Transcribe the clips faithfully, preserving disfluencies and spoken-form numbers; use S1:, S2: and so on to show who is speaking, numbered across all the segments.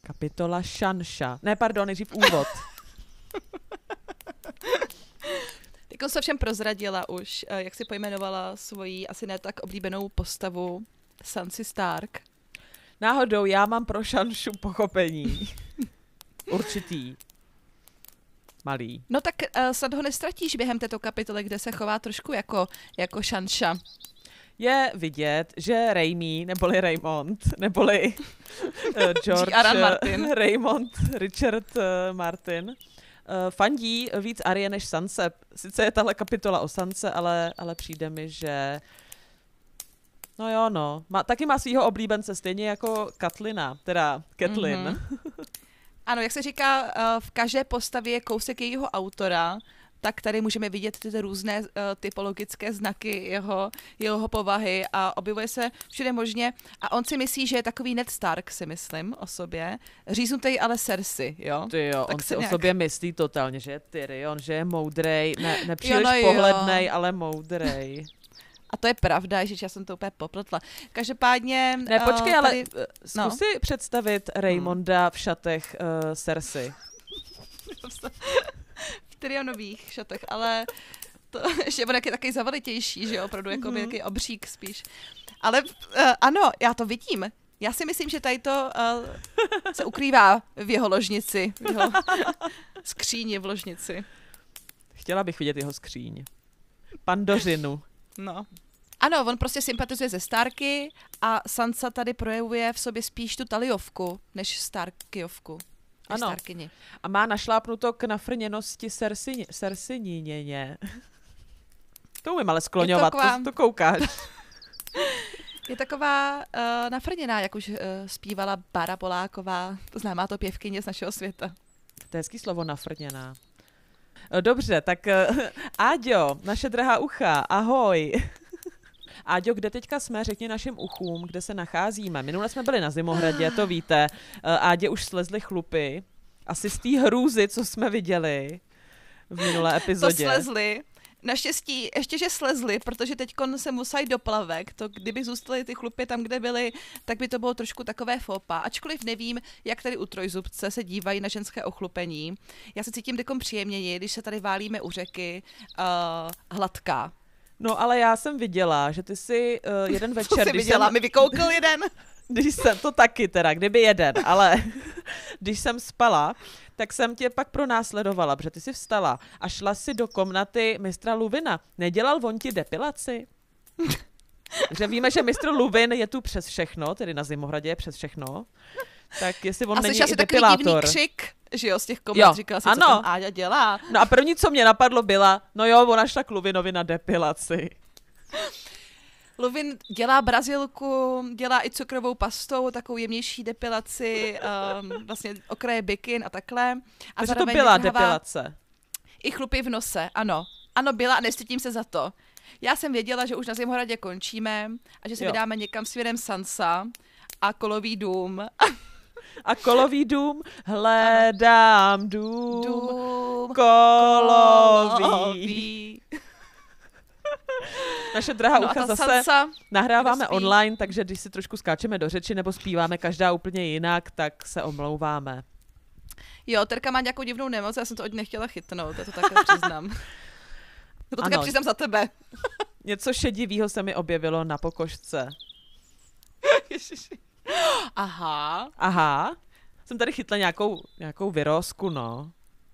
S1: Kapitola Šanša. Ne, pardon, nejdřív úvod.
S2: Jako se všem prozradila už, jak si pojmenovala svoji asi ne tak oblíbenou postavu Sansa Stark.
S1: Náhodou já mám pro Šanšu pochopení. Určitý. Malý.
S2: No tak uh, snad ho nestratíš během této kapitoly, kde se chová trošku jako, jako Šanša.
S1: Je vidět, že Raimi, neboli Raymond, neboli uh, George
S2: Aran Martin.
S1: Raymond Richard uh, Martin, uh, fandí víc Arye než Sanse. Sice je tahle kapitola o Sanse, ale, ale přijde mi, že no jo, no. Má, taky má svýho oblíbence, stejně jako Katlina, teda Catelyn. Mm-hmm.
S2: Ano, jak se říká, v každé postavě je kousek jejího autora, tak tady můžeme vidět ty různé uh, typologické znaky jeho, jeho povahy a objevuje se všude možně. A on si myslí, že je takový Ned Stark, si myslím o sobě. Říznutej ale Cersei, jo?
S1: Ty jo, tak on si nějak... o sobě myslí totálně, že je Tyrion, že je moudrej, ne, nepříliš
S2: jo, no
S1: pohlednej, ale moudrej.
S2: A to je pravda, že já jsem to úplně popletla. Každopádně...
S1: Ne, počkej, uh, tady, ale zkus
S2: no.
S1: si představit Raymonda v šatech uh, Cersei.
S2: V Tyrionových šatech, ale to, že on je taky zavalitější, že jo, opravdu jako mm-hmm. jaký obřík spíš. Ale uh, ano, já to vidím. Já si myslím, že tady to uh, se ukrývá v jeho ložnici, v jeho skříni v ložnici.
S1: Chtěla bych vidět jeho skříň. Pandořinu.
S2: No. Ano, on prostě sympatizuje ze Starky a Sansa tady projevuje v sobě spíš tu Taliovku, než Starkyovku. Než
S1: ano.
S2: Starkyni.
S1: A má našlápnuto k nafrněnosti Cerseině. To umím ale skloňovat, to, taková... to, to koukáš.
S2: Je taková uh, nafrněná, jak už uh, zpívala Bára Poláková, známá to pěvkyně z našeho světa.
S1: To je hezký slovo, nafrněná. Dobře, tak uh, Áďo, naše drahá ucha, ahoj. Áďo, kde teďka jsme, řekni našim uchům, kde se nacházíme. Minule jsme byli na Zimohradě, to víte. Uh, Ádě už slezly chlupy. Asi z té hrůzy, co jsme viděli v minulé epizodě.
S2: To slezly. Naštěstí ještě, že slezly, protože teď se musí do plavek. To kdyby zůstaly ty chlupy tam, kde byly, tak by to bylo trošku takové fópa. Ačkoliv nevím, jak tady u trojzubce se dívají na ženské ochlupení. Já se cítím takom příjemněji, když se tady válíme u řeky uh, hladká.
S1: No ale já jsem viděla, že ty si uh, jeden večer...
S2: Co jsi
S1: když
S2: viděla?
S1: Jsem,
S2: mi vykoukl jeden?
S1: Když jsem, to taky teda, kdyby jeden, ale když jsem spala, tak jsem tě pak pronásledovala, protože ty jsi vstala a šla si do komnaty mistra Luvina. Nedělal on ti depilaci? Že víme, že mistr Luvin je tu přes všechno, tedy na Zimohradě je přes všechno. Tak jestli on
S2: a
S1: není
S2: i depilátor. A slyšela si takový divný křik, že jo, z těch komnat, říkala si, ano. Co tam Áďa dělá.
S1: No a první, co mě napadlo, byla, no jo, ona šla k Luvinovi na depilaci.
S2: Luvin dělá brazilku, dělá i cukrovou pastou, takovou jemnější depilaci, um, vlastně okraje bikin a takhle. A
S1: takže to byla depilace.
S2: I chlupy v nose, ano. Ano, byla a nestydím se za to. Já jsem věděla, že už na Zimohradě končíme a že se jo. vydáme někam směrem Sansa a Kolový dům.
S1: A Kolový dům, hledám dům,
S2: dům
S1: kolový.
S2: kolový.
S1: Naše drahá
S2: no
S1: ucha zase nahráváme online, takže když si trošku skáčeme do řeči nebo zpíváme každá úplně jinak, tak se omlouváme.
S2: Jo, Terka má nějakou divnou nemoc, já jsem to od ní nechtěla chytnout, já to také přiznám. Já to také přiznám za tebe.
S1: Něco šedivýho se mi objevilo na pokožce.
S2: Ježiši. Aha.
S1: Aha. Jsem tady chytla nějakou, nějakou vyrozku, no.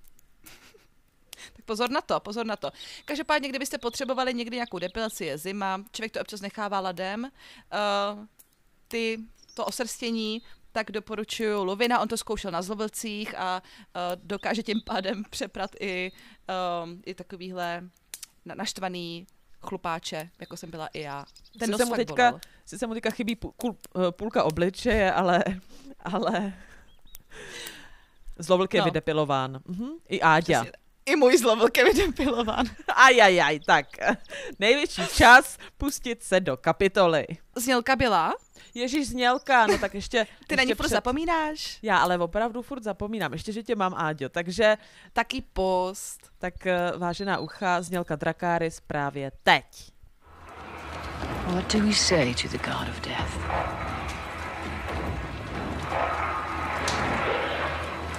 S2: Tak pozor na to, pozor na to. Každopádně, kdybyste potřebovali někdy nějakou depilaci, je zima, člověk to občas nechává ladem, uh, ty, to osrstění, tak doporučuju Luvina, on to zkoušel na zlovlcích a uh, dokáže tím pádem přeprat i, um, i takovýhle naštvaný chlupáče, jako jsem byla i já. Ten nos fakt bolel.
S1: Sice mu teďka chybí půl, půl, půlka obličeje, ale, ale zlovlk je no. vydepilován. Mhm. I Áďa.
S2: I můj zlovlk je vydepilován.
S1: Ajajaj, tak největší čas pustit se do kapitoly.
S2: Znělka byla?
S1: Ježíš, znělka, no tak ještě...
S2: Ty
S1: ještě
S2: na ní furt
S1: před...
S2: zapomínáš?
S1: Já ale opravdu furt zapomínám, ještě, že tě mám, Áďo, takže...
S2: Taky post.
S1: Tak vážená ucha, znělka Dracarys právě teď.
S3: What do we say to the god of death?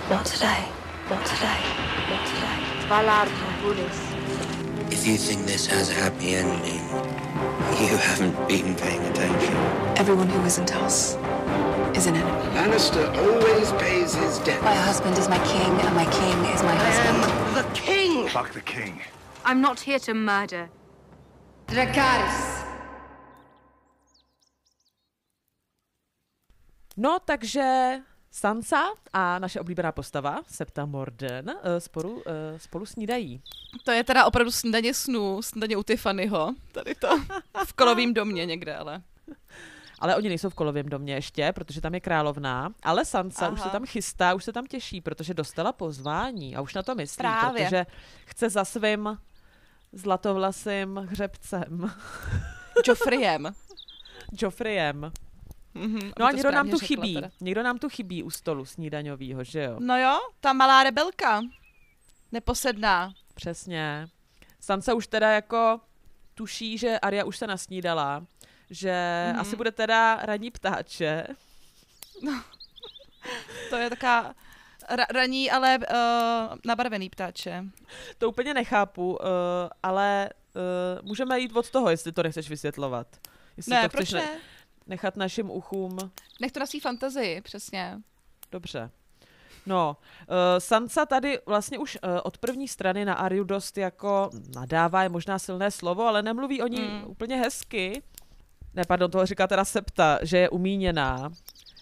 S3: Not today. Not today. Not today. Valar Bulis.
S4: If you think this has a happy ending, you haven't been paying attention.
S3: Everyone who isn't us is an enemy.
S4: Lannister always pays his debt.
S3: My husband is my king, and my king is my husband.
S4: I am the king!
S5: Fuck the king.
S6: I'm not here to murder. Dracarys.
S1: No, takže Sansa a naše oblíbená postava, Septa Morden, spolu, spolu snídají.
S2: To je teda opravdu snídaně snů, snídaně u Tiffanyho, tady to, v Kolovým domě někde, ale.
S1: Ale oni nejsou v Kolovém domě ještě, protože tam je královna, ale Sansa Aha. už se tam chystá, už se tam těší, protože dostala pozvání a už na to myslí,
S2: Právě.
S1: protože chce za svým zlatovlasým hřebcem.
S2: Joffreyem.
S1: Joffreyem.
S2: Mm-hmm,
S1: no a někdo nám tu
S2: řekla,
S1: chybí.
S2: teda.
S1: Někdo nám tu chybí u stolu snídaňovýho, že jo?
S2: No jo, ta malá rebelka. Neposedná.
S1: Přesně. Sansa už teda jako tuší, že Arya už se nasnídala, že mm-hmm. asi bude teda ranní ptáče.
S2: No. To je taková ra- ranní, ale uh, nabarvený ptáče.
S1: To úplně nechápu, uh, ale uh, můžeme jít od toho, jestli to nechceš vysvětlovat. Jestli
S2: Ne,
S1: to
S2: proč
S1: chceš
S2: ne?
S1: ne- nechat našim uchům.
S2: Nech to na svý fantazii, přesně.
S1: Dobře. No, uh, Sansa tady vlastně už uh, od první strany na Aryu dost jako nadává, je možná silné slovo, ale nemluví o ní mm. úplně hezky. Ne, pardon, toho říká teda Septa, že je umíněná.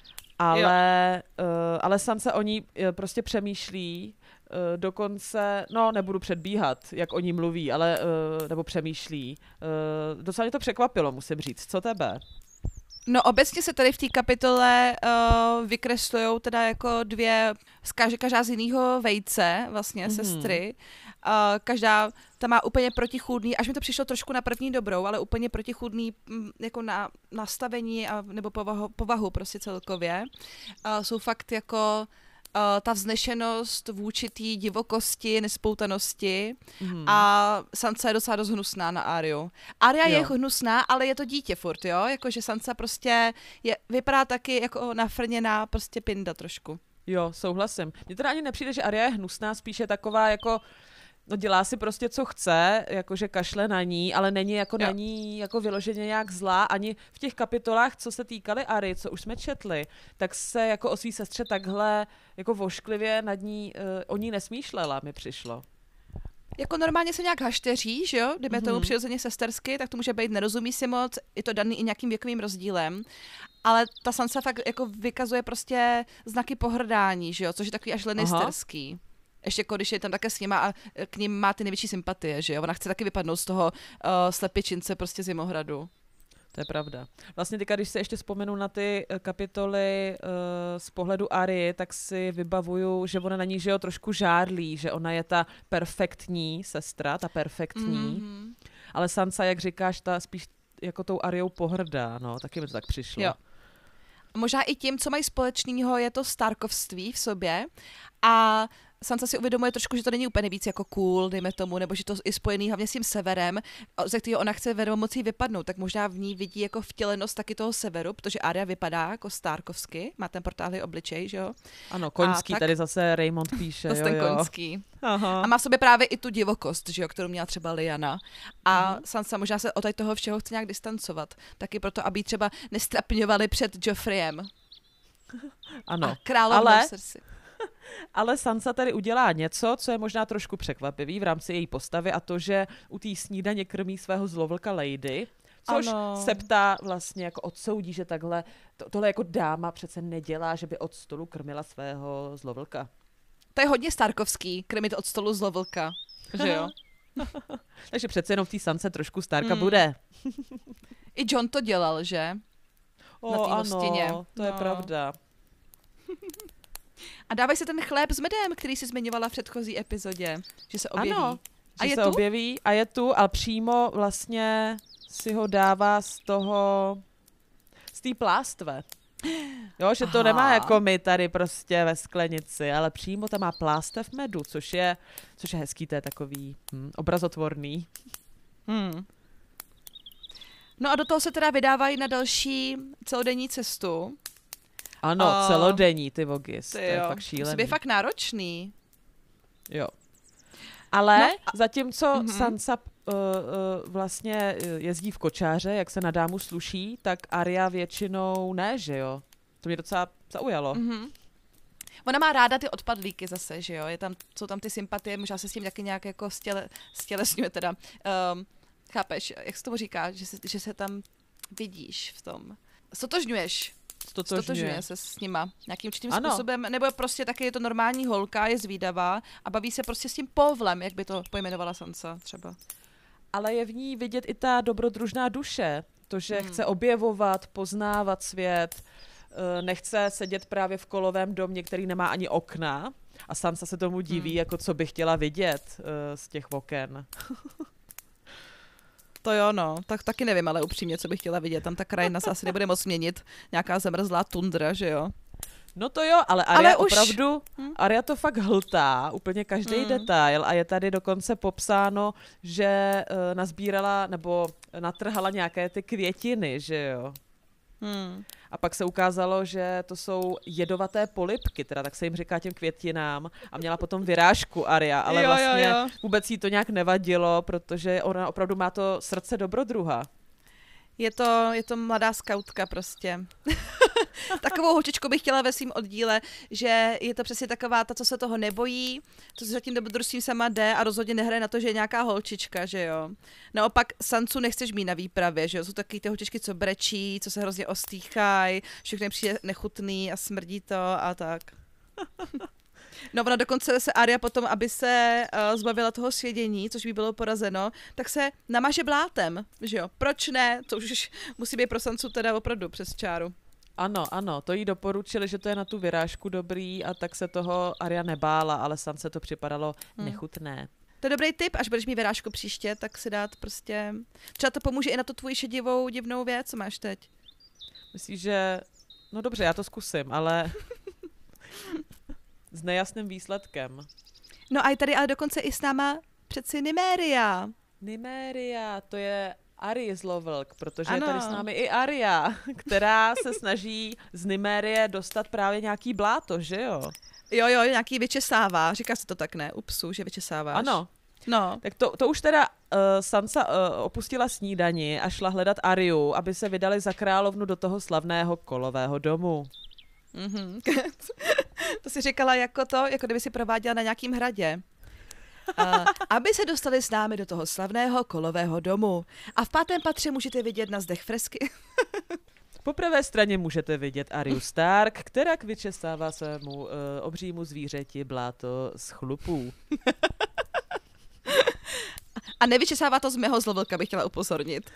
S1: Ale, uh, ale Sansa o ní uh, prostě přemýšlí, uh, dokonce, no nebudu předbíhat, jak o ní mluví, ale, uh, nebo přemýšlí. Uh, docela mě to překvapilo, musím říct. Co tebe?
S2: No obecně se tady v té kapitole uh, vykreslují teda jako dvě, každá, každá z jiného vejce, vlastně mm-hmm. sestry. Uh, každá ta má úplně protichůdný, až mi to přišlo trošku na první dobrou, ale úplně protichůdný m, jako na nastavení a, nebo povahu, povahu prostě celkově. Uh, jsou fakt jako uh, ta vznešenost vůči té divokosti, nespoutanosti mm. a Sansa je docela dost hnusná na Aryu. Arya jo. je hnusná, ale je to dítě furt, jo? Jakože Sansa prostě je, vypadá taky jako nafrněná prostě pinda trošku.
S1: Jo, souhlasím. Mně teda ani nepřijde, že Arya je hnusná, spíš je taková jako, no dělá si prostě co chce, jakože kašle na ní, ale není jako jo. na ní jako vyloženě nějak zlá, ani v těch kapitolách, co se týkaly Arry, co už jsme četli, tak se jako o svý sestře takhle jako vošklivě nad ní, uh, o ní nesmýšlela, mi přišlo.
S2: Jako normálně se nějak hašteří, že jo? Kdyby mm-hmm. tomu přirozeně sestersky, tak to může být, nerozumí si moc, je to daný i nějakým věkovým rozdílem, ale ta Sansa fakt jako vykazuje prostě znaky pohrdání, že jo? Což je takový až lannisterský. Aha. Ještě jako, když je tam také s nima a k ním má ty největší sympatie, že jo? Ona chce taky vypadnout z toho uh, slepičince prostě Zimohradu.
S1: To je pravda. Vlastně teďka, když se ještě vzpomenu na ty kapitoly uh, z pohledu Arry, tak si vybavuju, že ona na ní, že jo, trošku žárlí, že ona je ta perfektní sestra, ta perfektní, mm-hmm. ale Sansa, jak říkáš, ta spíš jako tou Aryou pohrdá, no, taky mi to tak přišlo.
S2: Jo. Možná i tím, co mají společného, je to starkovství v sobě a Sansa si uvědomuje trošku, že to není úplně víc jako cool, dejme tomu, nebo že to je spojený hlavně s tím severem, ze kterého ona chce vedomocí vypadnout, tak možná v ní vidí jako vtělenost taky toho severu, protože Arya vypadá jako starkovsky, má ten protáhlý obličej, že jo?
S1: Ano, koňský,
S2: tak,
S1: tady zase Raymond píše,
S2: to
S1: jo,
S2: ten
S1: jo.
S2: koňský.
S1: Aha.
S2: A má v sobě právě i tu divokost, že jo, kterou měla třeba Lyanna. A uh-huh. Sansa možná se od tady toho všeho chce nějak distancovat, taky proto, aby třeba nestrapňovali před Joffreyem.
S1: Ano,
S2: a královnou
S1: ale...
S2: Cersei.
S1: Ale Sansa tady udělá něco, co je možná trošku překvapivý v rámci její postavy a to, že u té snídaně krmí svého zlovlka Lady, což
S2: ano.
S1: Septa vlastně jako odsoudí, že takhle, to, tohle jako dáma přece nedělá, že by od stolu krmila svého zlovlka.
S2: To je hodně starkovský, krmit od stolu zlovlka, že jo?
S1: Takže přece jenom v té Sance trošku Starka
S2: mm.
S1: bude.
S2: I Jon to dělal, že?
S1: O,
S2: Na té
S1: ano,
S2: hostině.
S1: to
S2: no.
S1: je pravda.
S2: A dávaj se ten chléb s medem, který jsi zmiňovala v předchozí epizodě, že se objeví.
S1: Ano,
S2: a
S1: že
S2: je
S1: se
S2: tu?
S1: objeví a je tu, ale přímo vlastně si ho dává z toho, z té plástve. Jo, že to Aha. nemá jako my tady prostě ve sklenici, ale přímo tam má plástev medu, což je, což je hezký, to je takový hm, obrazotvorný.
S2: Hmm. No a do toho se teda vydávají na další celodenní cestu.
S1: Ano,
S2: A-
S1: celodenní ty vogis, to
S2: Ty
S1: je
S2: jo,
S1: fakt
S2: musí
S1: šílený.
S2: být fakt náročný.
S1: Jo. Ale
S2: No
S1: zatímco
S2: Mhm.
S1: Sansa uh, uh, vlastně uh, jezdí v kočáře, jak se na dámu sluší, tak Arya většinou ne, že jo? To mě docela zaujalo.
S2: Mhm. Ona má ráda ty odpadlíky zase, že jo? Je tam, jsou tam ty sympatie, možná se s tím taky nějak jako stěle, stělesňuje teda. Um, chápeš, jak se tomu říká, že se, že se tam vidíš v tom. Stotožňuješ.
S1: Stotožňuje.
S2: Stotožňuje se s nima nějakým určitým
S1: Ano.
S2: způsobem, nebo prostě taky je to normální holka, je zvídavá a baví se prostě s tím povlem, jak by to pojmenovala Sansa třeba.
S1: Ale je v ní vidět i ta dobrodružná duše. To, že
S2: Hmm.
S1: chce objevovat, poznávat svět, uh, nechce sedět právě v kolovém domě, který nemá ani okna. A Sansa se tomu diví,
S2: Hmm.
S1: jako co by chtěla vidět uh, z těch oken.
S2: To jo, no, tak taky nevím, ale upřímně, co bych chtěla vidět. Tam ta krajina se asi nebude moc měnit. Nějaká zamrzlá tundra, že jo?
S1: No to jo, ale Arya
S2: Ale už-
S1: opravdu,
S2: Hm?
S1: Arya to fakt hltá, úplně každý
S2: Hmm.
S1: detail a je tady dokonce popsáno, že uh, nazbírala nebo natrhala nějaké ty květiny, že jo.
S2: Hmm.
S1: A pak se ukázalo, že to jsou jedovaté polibky, teda tak se jim říká těm květinám a měla potom vyrážku Arya, ale
S2: Jo, jo,
S1: vlastně
S2: jo.
S1: vůbec jí to nějak nevadilo, protože ona opravdu má to srdce dobrodruha.
S2: Je to, je to mladá skautka prostě. Takovou holčičku bych chtěla ve svým oddíle, že je to přesně taková ta, co se toho nebojí, co se za tím dobrodružstvím sama jde a rozhodně nehraje na to, že je nějaká holčička, že jo. Naopak Sansu nechceš mít na výpravě, že jo. Jsou taky ty holčičky, co brečí, co se hrozně ostýchají, všechno jim přijde nechutný a smrdí to a tak. No ona dokonce se Arya potom, aby se uh, zbavila toho svědění, což by bylo porazeno, tak se namaže blátem, že jo. Proč ne? To už musí být pro Sansu teda opravdu přes čáru.
S1: Ano, ano, to jí doporučili, že to je na tu vyrážku dobrý a tak se toho Arya nebála, ale Sance to připadalo
S2: Hmm.
S1: nechutné.
S2: To je dobrý tip, až budeš mít vyrážku příště, tak si dát prostě... Třeba to pomůže i na tu tvoji šedivou divnou věc, co máš teď.
S1: Myslíš, že... No dobře, já to zkusím, ale s nejasným výsledkem.
S2: No a je tady ale dokonce i s náma přeci Nymeria.
S1: Nymeria, to je Arya zlovlk, protože
S2: Ano.
S1: je tady s námi i Arya, která se snaží z Nymerie dostat právě nějaký bláto, že jo?
S2: Jo, jo, nějaký vyčesává. Říká se to tak, ne? U psů, že vyčesáváš.
S1: Ano.
S2: No.
S1: Tak to, to už teda uh, Sansa uh, opustila snídani a šla hledat Aryu, aby se vydali za královnu do toho slavného kolového domu.
S2: Mhm. To si říkala jako to, jako kdyby si prováděla na nějakým hradě. Uh, aby se dostali s námi do toho slavného kolového domu. A v pátém patře můžete vidět na zdech fresky.
S1: Po pravé straně můžete vidět Aryu Stark, která vyčesává svému uh, obřímu zvířeti bláto z chlupů.
S2: A nevyčesává to z mého zlovlka, bych chtěla upozornit.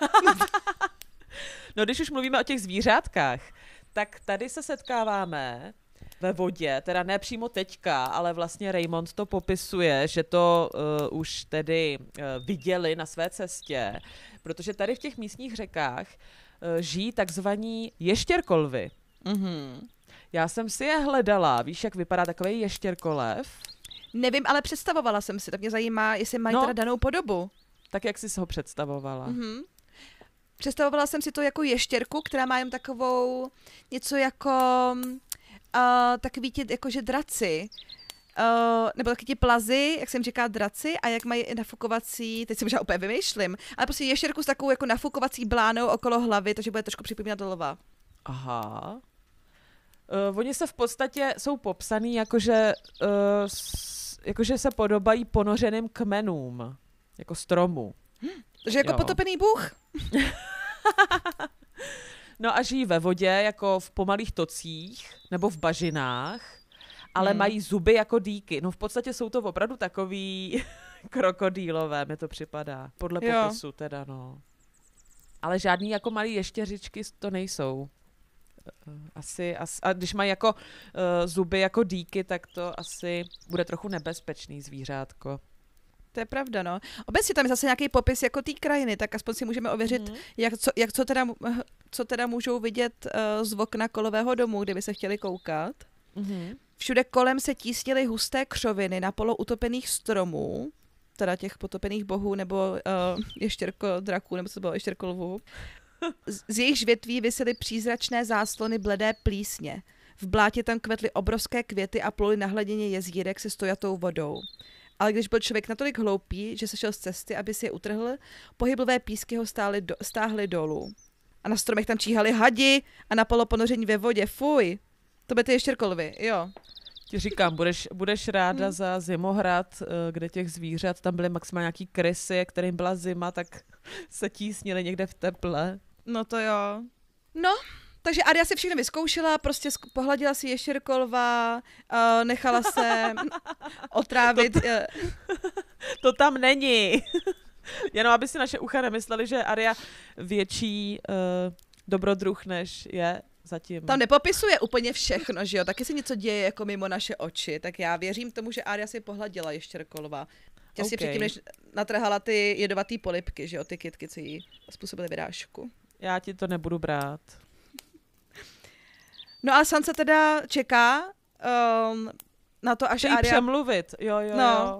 S1: No když už mluvíme o těch zvířátkách, tak tady se setkáváme ve vodě, teda ne přímo teďka, ale vlastně Raymond to popisuje, že to uh, už tedy uh, viděli na své cestě, protože tady v těch místních řekách uh, žijí takzvaní ještěrkolvy.
S2: Mhm.
S1: Já jsem si je hledala, víš, jak vypadá takový ještěrkolev?
S2: Nevím, ale představovala jsem si, tak mě zajímá, jestli mají
S1: No.
S2: teda danou podobu.
S1: Tak jak jsi ho představovala?
S2: Mhm. Představovala jsem si to jako ještěrku, která má jen takovou něco jako uh, takový ti jakože draci. Uh, nebo taky ti plazy, jak jsem říká draci, a jak mají nafukovací, teď si možná úplně vymýšlím, ale prostě ještěrku s takovou jako nafukovací blánou okolo hlavy, takže bude trošku připomínat dolova.
S1: Aha. Uh, oni se v podstatě jsou popsaný jakože, uh, s, jakože se podobají ponořeným kmenům, jako stromu.
S2: Takže jako
S1: Jo.
S2: potopený bůh.
S1: No a žijí ve vodě, jako v pomalých tocích, nebo v bažinách, ale
S2: Hmm.
S1: mají zuby jako dýky. No v podstatě jsou to opravdu takový krokodýlové, mi to připadá. Podle
S2: Jo.
S1: popisu teda, no. Ale žádný jako malý ještěřičky to nejsou. Eh, Asi, asi, a když mají jako uh, zuby jako dýky, tak to asi bude trochu nebezpečný zvířátko.
S2: To je pravda, no. Obecně tam je zase nějaký popis jako té krajiny, tak aspoň si můžeme ověřit,
S1: Mhm.
S2: jak, co, jak co, teda, co teda můžou vidět uh, z okna kolového domu, kdyby se chtěli koukat.
S1: Mhm.
S2: Všude kolem se tísnily husté křoviny na polo utopených stromů, teda těch potopených bohů, nebo uh, ještěrko draků, nebo co to bylo, ještěrko lvů. Z, z jejich větví visely přízračné záslony bledé plísně. V blátě tam kvetly obrovské květy a pluly na hladině jezírek se stojatou vodou. Ale když byl člověk natolik hloupý, že se šel z cesty, aby si je utrhl, pohyblivé písky ho stály do, stáhly dolů. A na stromech tam číhali hadi a napalo ponoření ve vodě. Fuj! To by ty ještěrkolvy, jo.
S1: Ti říkám, budeš, budeš ráda hmm. za Zimohrad, kde těch zvířat, tam byly maximálně nějaký krysy, kterým byla zima, tak se tísnili někde v teple.
S2: No to jo. No, takže Arya si všechno vyzkoušela, prostě sk- pohladila si ještěrkolva, uh, nechala se otrávit.
S1: To, t- to tam není. Jenom aby si naše ucha nemysleli, že Arya větší uh, dobrodruh, než je zatím.
S2: Tam nepopisuje úplně všechno, že jo? Taky se něco děje jako mimo naše oči, tak já věřím tomu, že Arya si pohladila ještěrkolva. Těsně okay. Předtím, než natrhala ty jedovatý polibky, že jo? Ty kytky, co jí způsobily vyrážku.
S1: Já ti to nebudu brát.
S2: No a Sansa teda čeká um, na to, až
S1: Chce jí
S2: Arya...
S1: přemluvit, jo, jo,
S2: no.
S1: jo.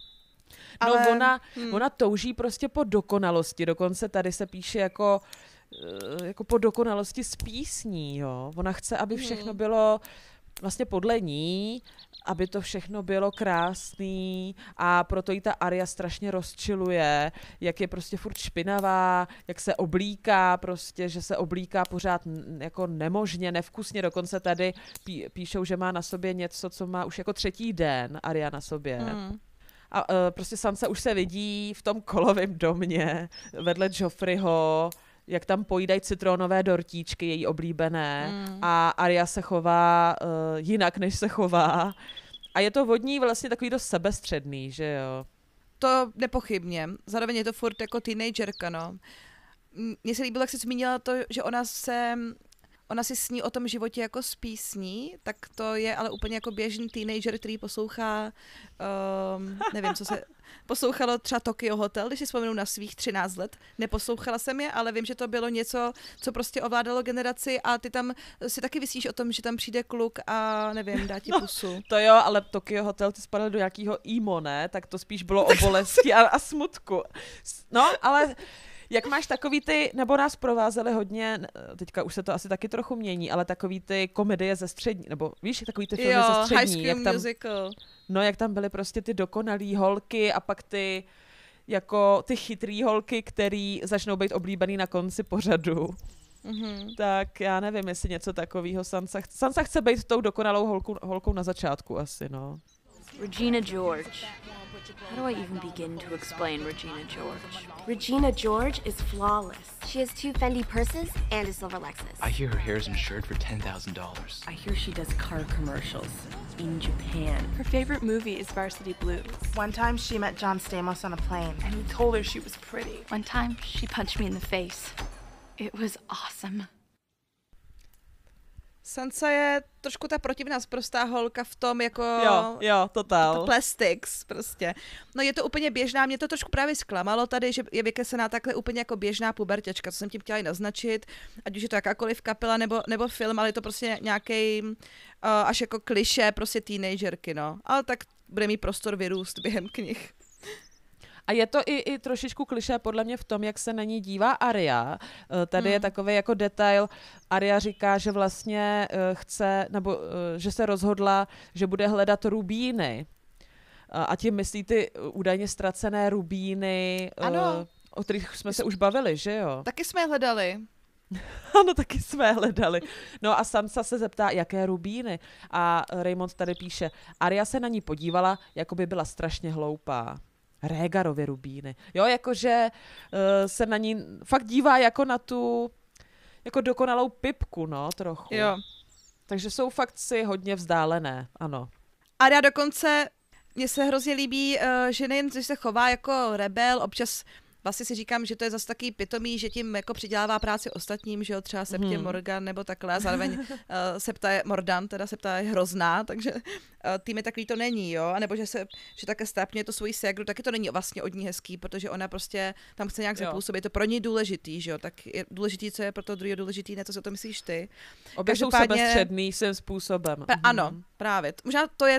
S1: No
S2: ale...
S1: ona,
S2: hmm.
S1: ona touží prostě po dokonalosti, dokonce tady se píše jako, jako po dokonalosti z písní, jo. Ona chce, aby všechno hmm. bylo vlastně podle ní, aby to všechno bylo krásný a proto jí ta Arya strašně rozčiluje, jak je prostě furt špinavá, jak se oblíká prostě, že se oblíká pořád jako nemožně, nevkusně, dokonce tady pí, píšou, že má na sobě něco, co má už jako třetí den Arya na sobě. Hmm. A uh, prostě Sansa už se vidí v tom kolovém domě vedle Joffreyho, jak tam pojídají citronové dortíčky, její oblíbené, mm. a Arya se chová uh, jinak, než se chová. A je to vodní vlastně takový dost sebestředný, že jo?
S2: To nepochybně. Zároveň je to furt jako teenagerka, no. Mně se líbilo, jak jsi zmínila to, že ona se... Ona si sní o tom životě jako z písní, tak to je ale úplně jako běžný teenager, který poslouchá, um, nevím, co se... Poslouchalo třeba Tokyo Hotel, když si vzpomenu na svých třináct let. Neposlouchala jsem je, ale vím, že to bylo něco, co prostě ovládalo generaci a ty tam si taky vysíš o tom, že tam přijde kluk a nevím, dá ti
S1: no,
S2: pusu.
S1: To jo, ale Tokyo Hotel, ty spadal do nějakého emo, ne? Tak to spíš bylo o bolesti a, a smutku. No, ale... Jak máš takový ty, nebo nás provázely hodně, teďka už se to asi taky trochu mění, ale takový ty komedie ze střední, nebo víš, takový ty filmy
S2: jo,
S1: ze střední.
S2: High School
S1: jak tam,
S2: Musical.
S1: No, jak tam byly prostě ty dokonalý holky a pak ty, jako ty chytrý holky, který začnou být oblíbený na konci pořadu. Mm-hmm. Tak já nevím, jestli něco takového Sansa chce. Sansa chce být tou dokonalou holkou, holkou na začátku asi, no.
S5: Regina George. How do I even begin to explain Regina George?
S7: Regina George is flawless.
S8: She has two Fendi purses and a silver Lexus.
S9: I hear her hair is insured for ten thousand dollars.
S7: I hear she does car commercials in Japan.
S10: Her favorite movie is Varsity Blues.
S11: One time she met John Stamos on a plane.
S10: And he told her she was pretty.
S6: One time she punched me in the face. It was awesome.
S2: Sansa je trošku ta protivná sprostá holka v tom jako...
S1: Jo, jo, total.
S2: Plastics prostě. No je to úplně běžná, mě to trošku právě zklamalo tady, že je vykesená takhle úplně jako běžná pubertěčka, co jsem tím chtěla i naznačit, ať už je to jakákoliv kapela nebo, nebo film, ale je to prostě nějaký uh, až jako klišé prostě teenagerky, no. Ale tak bude mít prostor vyrůst během knih.
S1: A je to i, i trošičku klišé podle mě v tom, jak se na ní dívá Arya. Tady hmm. je takový jako detail. Arya říká, že vlastně chce, nebo že se rozhodla, že bude hledat rubíny. A tím myslí ty údajně ztracené rubíny, ano. O kterých jsme se už bavili, že jo?
S2: Taky jsme je hledali.
S1: Ano, taky jsme hledali. No a Sansa se zeptá, jaké rubíny. A Raymond tady píše, Arya se na ní podívala, jako by byla strašně hloupá. Rhaegarovy rubíny. Jo, jakože uh, se na ní fakt dívá jako na tu jako dokonalou pipku, no, trochu.
S2: Jo.
S1: Takže jsou fakt si hodně vzdálené, ano.
S2: Arya dokonce, mně se hrozně líbí, uh, že nejen, že se chová jako rebel, občas vlastně si říkám, že to je zase taky pitomý, že tím jako přidělává práci ostatním, že jo, třeba Septě hmm. Morgan nebo takhle, a zároveň uh, Septa je Mordan, teda Septa je hrozná, takže uh, tým je takový to není, jo, a nebo že se, že také stápně to svoji ségru, taky to není vlastně od ní hezký, protože ona prostě tam chce nějak zapůsobit, je to pro ní důležitý, že jo, tak je důležitý, co je pro to druhý důležitý, ne, co si o to myslíš ty.
S1: Obě jsou sebestředný svým způsobem.
S2: Pra, ano, právě. Možná to je to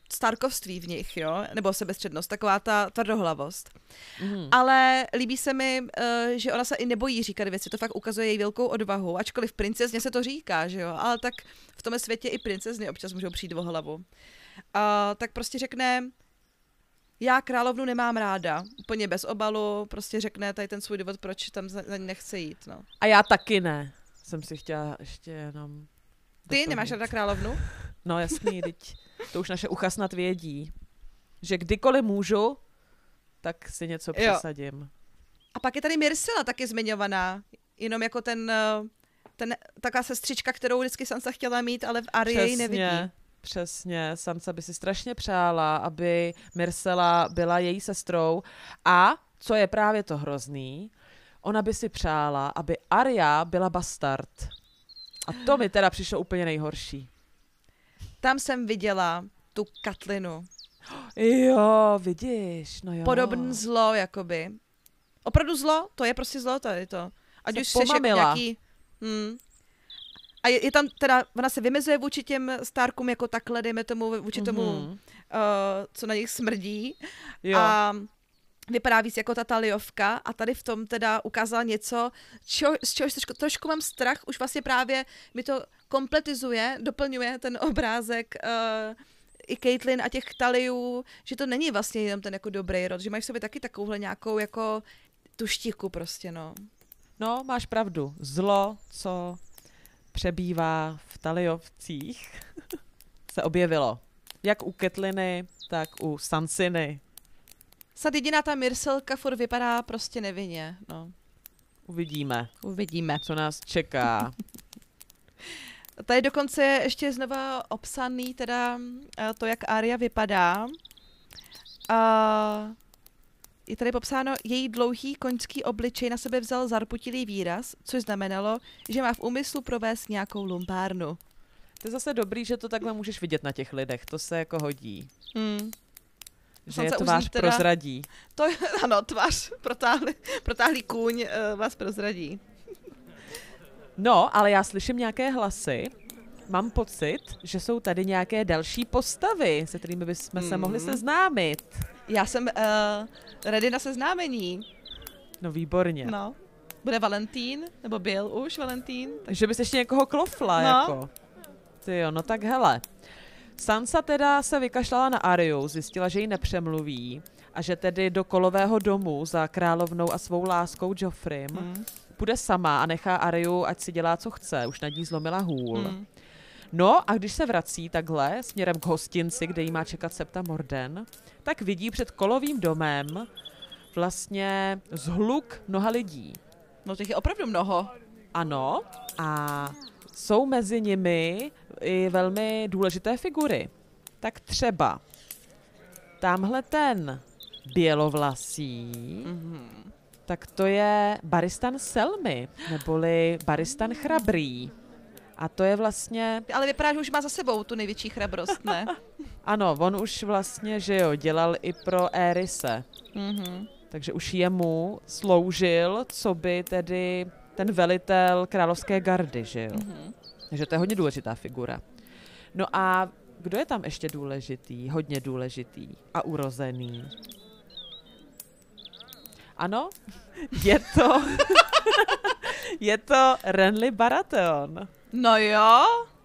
S2: starkovství v nich, jo, nebo sebestřednost, taková ta tvrdohlavost.
S1: Mm.
S2: Ale líbí se mi, uh, že ona se i nebojí říkat věci, to fakt ukazuje její velkou odvahu, ačkoliv princezně se to říká, že jo, ale tak v tomhle světě i princezny občas můžou přijít o hlavu. Uh, tak prostě řekne, já královnu nemám ráda, úplně bez obalu, prostě řekne tady ten svůj důvod, proč tam za, za ní nechce jít, no.
S1: A já taky ne, jsem si chtěla ještě jenom...
S2: Ty doplnit. Nemáš ráda královnu?
S1: No jasný, teď to už naše ucha snad vědí, že kdykoliv můžu, tak si něco přesadím. Jo.
S2: A pak je tady Myrcella taky zmiňovaná, jenom jako ten, ten taková sestřička, kterou vždycky Sansa chtěla mít, ale v Arya ji nevidí.
S1: Přesně, Sansa by si strašně přála, aby Myrcella byla její sestrou a, co je právě to hrozný, ona by si přála, aby Arya byla bastard. A to mi teda přišlo úplně nejhorší.
S2: Tam jsem viděla tu Katlinu.
S1: Jo, vidíš, no jo.
S2: Podobný zlo, jakoby. Opravdu zlo, to je prostě zlo tady to. Ať
S1: se
S2: už jsi jako nějaký... Hmm. A je, je tam teda, ona se vymezuje vůči těm Starkům jako takhle, dejme tomu, vůči tomu, mm-hmm. uh, co na nich smrdí. Jo. A vypadá víc jako ta Taliovka a tady v tom teda ukázala něco, čo, z čehož trošku, trošku mám strach, už vlastně právě mi to kompletizuje, doplňuje ten obrázek uh, i Caitlyn a těch Taliů, že to není vlastně jenom ten jako dobrý rod, že mají v sobě taky takovouhle nějakou jako tuštiku prostě, no.
S1: No, máš pravdu. Zlo, co přebývá v Taliovcích, se objevilo. Jak u Caitliny, tak u Sansiny.
S2: Snad jediná ta Myrcelka furt vypadá prostě nevinně, no.
S1: Uvidíme.
S2: Uvidíme.
S1: Co nás čeká.
S2: Tady dokonce je ještě znova obsaný teda to, jak Arya vypadá. A je tady popsáno, její dlouhý koňský obličej na sebe vzal zarputilý výraz, což znamenalo, že má v úmyslu provést nějakou lumpárnu.
S1: To je zase dobrý, že to takhle můžeš vidět na těch lidech, to se jako hodí.
S2: Hmm.
S1: Že je tvář teda, prozradí.
S2: To, ano, tvář protáhlý, protáhlý kůň uh, vás prozradí.
S1: No, ale já slyším nějaké hlasy. Mám pocit, že jsou tady nějaké další postavy, se kterými bychom hmm. se mohli seznámit.
S2: Já jsem uh, ready na seznámení.
S1: No výborně.
S2: No. Bude Valentín, nebo byl už Valentín.
S1: Tak... Že bys ještě někoho klofla,
S2: no.
S1: jako. Ty jo, no tak hele. Sansa teda se vykašlala na Aryu, zjistila, že ji nepřemluví a že tedy do kolového domu za královnou a svou láskou Joffrym hmm. půjde sama a nechá Aryu, ať si dělá, co chce. Už nad ní zlomila hůl. Hmm. No a když se vrací takhle směrem k hostinci, kde jí má čekat Septa Morden, tak vidí před kolovým domem vlastně zhluk mnoha lidí.
S2: No těch je opravdu mnoho.
S1: Ano a jsou mezi nimi i velmi důležité figury. Tak třeba tamhle ten bělovlasý, mm-hmm. tak to je Barristan Selmy, neboli Barristan Chrabrý. A to je vlastně...
S2: Ale vypadá, že už má za sebou tu největší chrabrost, ne?
S1: Ano, on už vlastně, že jo, dělal i pro Aerise.
S2: Mm-hmm.
S1: Takže už jemu sloužil, co by tedy ten velitel královské gardy, že jo. Mm-hmm. Takže to je hodně důležitá figura. No a kdo je tam ještě důležitý? Hodně důležitý a urozený. Ano, je to... je to Renly Baratheon.
S2: No jo.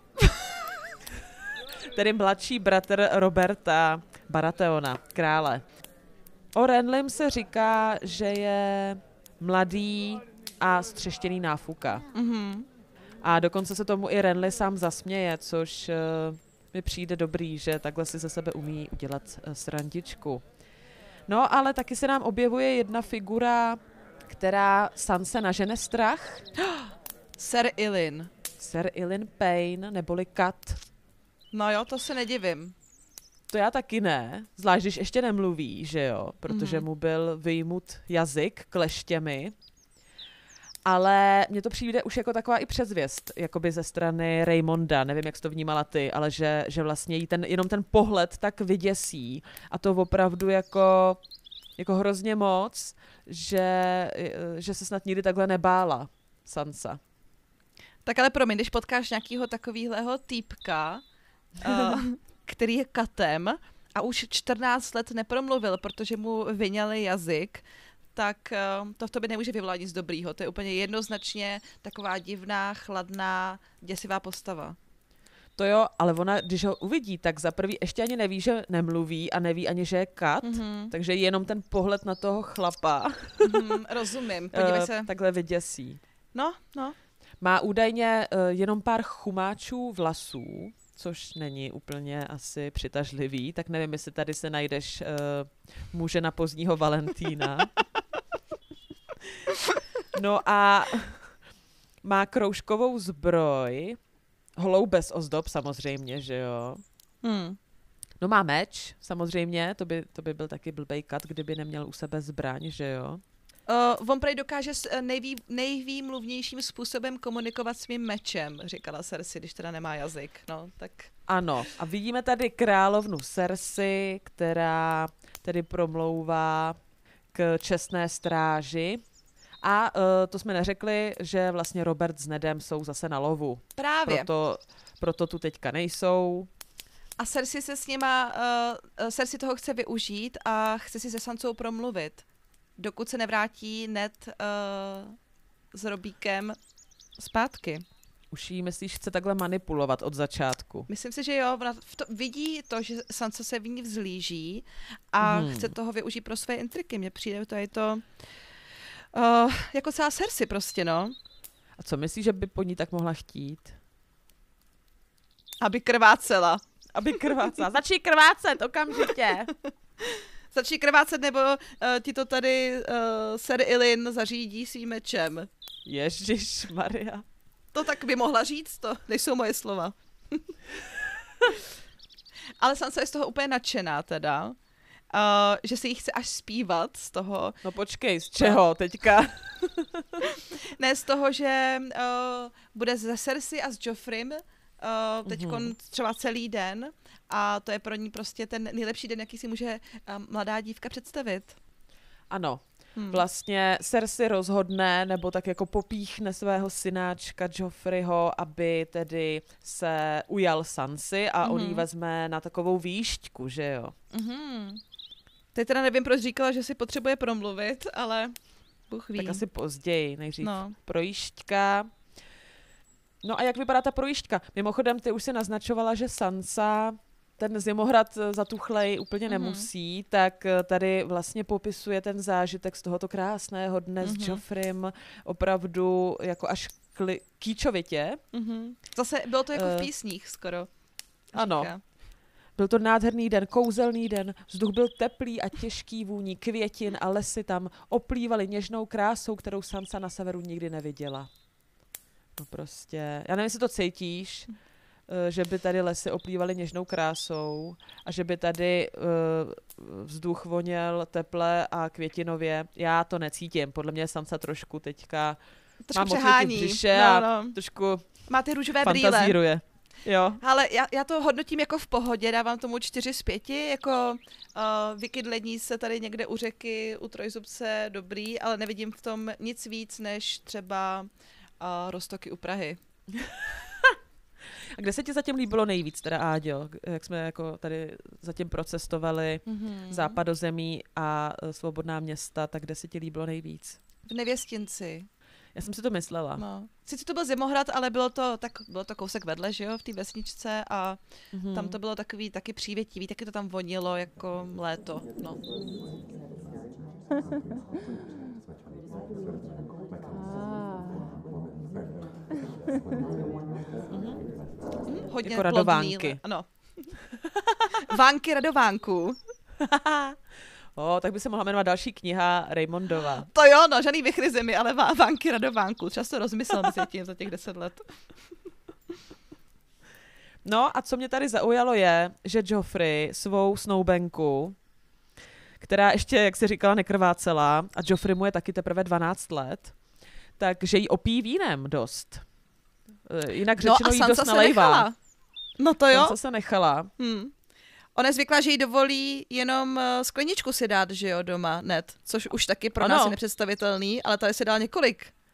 S1: Tedy mladší bratr Roberta Baratheona, krále. O Renlym se říká, že je mladý a střeštěný náfuka.
S2: Mm-hmm.
S1: A dokonce se tomu i Renly sám zasměje, což uh, mi přijde dobrý, že takhle si ze sebe umí udělat uh, srandičku. No, ale taky se nám objevuje jedna figura, která Sanse nažene strach.
S2: Ser Ilyn.
S1: Ser Ilyn Payne, neboli Kat.
S2: No jo, to se nedivím.
S1: To já taky ne, zvlášť když ještě nemluví, že jo, protože mm-hmm. mu byl vyjmut jazyk kleštěmi. Ale mně to přijde už jako taková i předzvěst, jakoby ze strany Raymonda, nevím, jak jsi to vnímala ty, ale že, že vlastně jí ten, jenom ten pohled tak vyděsí a to opravdu jako, jako hrozně moc, že, že se snad nikdy takhle nebála Sansa.
S2: Tak ale promiň, když potkáš nějakého takovýhleho týpka, uh, který je katem a už čtrnáct let nepromluvil, protože mu vyňali jazyk, tak to v tobě nemůže vyvolat nic dobrýho. To je úplně jednoznačně taková divná, chladná, děsivá postava.
S1: To jo, ale ona, když ho uvidí, tak za prvý ještě ani neví, že nemluví a neví ani, že je kat, mm-hmm. takže jenom ten pohled na toho chlapa
S2: mm-hmm, rozumím, podívej se.
S1: takhle vyděsí.
S2: No, no. Má
S1: údajně uh, jenom pár chumáčů vlasů, což není úplně asi přitažlivý, tak nevím, jestli tady se najdeš uh, muže na pozdního Valentína. No a má kroužkovou zbroj, holou bez ozdob samozřejmě, že jo.
S2: Hmm.
S1: No má meč, samozřejmě, to by, to by byl taky blbej kat, kdyby neměl u sebe zbraň, že jo.
S2: Uh, on prej dokáže nejvý, nejvýmluvnějším způsobem komunikovat svým mečem, říkala Cersei, když teda nemá jazyk, no, tak...
S1: Ano, a vidíme tady královnu Cersei, která tedy promlouvá k čestné stráži. A uh, to jsme neřekli, že vlastně Robert s Nedem jsou zase na lovu.
S2: Právě.
S1: Proto, proto tu teďka nejsou.
S2: A Cersei se s nima, uh, Cersei toho chce využít a chce si se Sansou promluvit. Dokud se nevrátí Ned uh, s Robíkem zpátky.
S1: Už jí, myslíš, chce takhle manipulovat od začátku?
S2: Myslím si, že jo. Ona to, vidí to, že Sansa se v ní vzlíží a hmm. chce toho využít pro své intriky. Mně přijde to je to uh, jako celá Cersei prostě, no.
S1: A co myslíš, že by po ní tak mohla chtít?
S2: Aby krvácela.
S1: Aby krvácela. Začni krvácet okamžitě.
S2: Začni krvácet, nebo uh, ti to tady uh, Ser Ilyn zařídí svým mečem.
S1: Ježišmarja.
S2: To tak by mohla říct, to nejsou moje slova. Ale Sansa je z toho úplně nadšená teda, uh, že se jí chce až zpívat z toho.
S1: No počkej, z čeho teďka?
S2: Ne, z toho, že uh, bude ze Cersei a s Joffrem uh, teďkon mm-hmm. třeba celý den a to je pro ní prostě ten nejlepší den, jaký si může uh, mladá dívka představit.
S1: Ano.
S2: Hmm.
S1: Vlastně Cersei rozhodne, nebo tak jako popíchne svého synáčka Joffreyho, aby tedy se ujal Sansy a mm-hmm. on ji vezme na takovou výšťku, že jo?
S2: Mm-hmm. Teď teda nevím, proč říkala, že si potřebuje promluvit, ale Bůh ví.
S1: Tak asi později, nejdřív
S2: no.
S1: projížďka. No a jak vypadá ta projížďka? Mimochodem, ty už si naznačovala, že Sansa ten Zimohrad zatuchlej úplně mm-hmm. nemusí, tak tady vlastně popisuje ten zážitek z tohoto krásného dne mm-hmm. s Joffrem opravdu jako až kli- kýčovitě.
S2: Mm-hmm. Zase bylo to jako uh, v písních skoro.
S1: Ano. Říká. Byl to nádherný den, kouzelný den, vzduch byl teplý a těžký vůní květin a lesy tam oplývaly něžnou krásou, kterou Sansa na severu nikdy neviděla. No prostě, já nevím, jestli to cítíš, že by tady lesy oplývaly něžnou krásou a že by tady uh, vzduch voněl teple a květinově. Já to necítím. Podle mě Sansa trošku teďka
S2: trošku
S1: má
S2: přehání.
S1: Motylky v břiše
S2: no,
S1: a
S2: no.
S1: trošku
S2: má ty růžové
S1: fantazíruje. Jo.
S2: Ale já, já to hodnotím jako v pohodě, dávám tomu čtyři z pěti, jako uh, vykydlení se tady někde u řeky, u Trojzubce, dobrý, ale nevidím v tom nic víc, než třeba uh, roztoky u Prahy.
S1: A kde se ti zatím líbilo nejvíc, teda Áďo? Jak jsme jako tady zatím procestovali mm-hmm. západozemí a svobodná města, tak kde se ti líbilo nejvíc?
S2: V Nevěstinci.
S1: Já jsem si to myslela.
S2: No. Sice to byl Zimohrad, ale bylo to, tak, bylo to kousek vedle, že jo, v té vesničce a mm-hmm. tam to bylo takový taky přívětivý, taky to tam vonilo jako léto, no. Hodně
S1: jako radovánky.
S2: Plodný, ano. Vánky radovánků.
S1: O, tak by se mohla jmenovat další kniha Raymondova.
S2: To jo, no, žádný vychry zemi, ale vá, vánky radovánků. Často rozmyslel mezi tím za těch deset let.
S1: No a co mě tady zaujalo je, že Joffrey svou snoubenku, která ještě, jak se říkala, nekrvácela, a Joffrey mu je taky teprve dvanáct let, takže jí opíjí vínem dost. Jinak řečeno
S2: no
S1: jí dost nalejvá.
S2: No to jo.
S1: Sansa se nechala.
S2: Hmm. Ona je zvyklá, že jí dovolí jenom skleničku si dát, že jo, doma, Ned, což už taky pro
S1: ano.
S2: nás je nepředstavitelný, ale tady si dal několik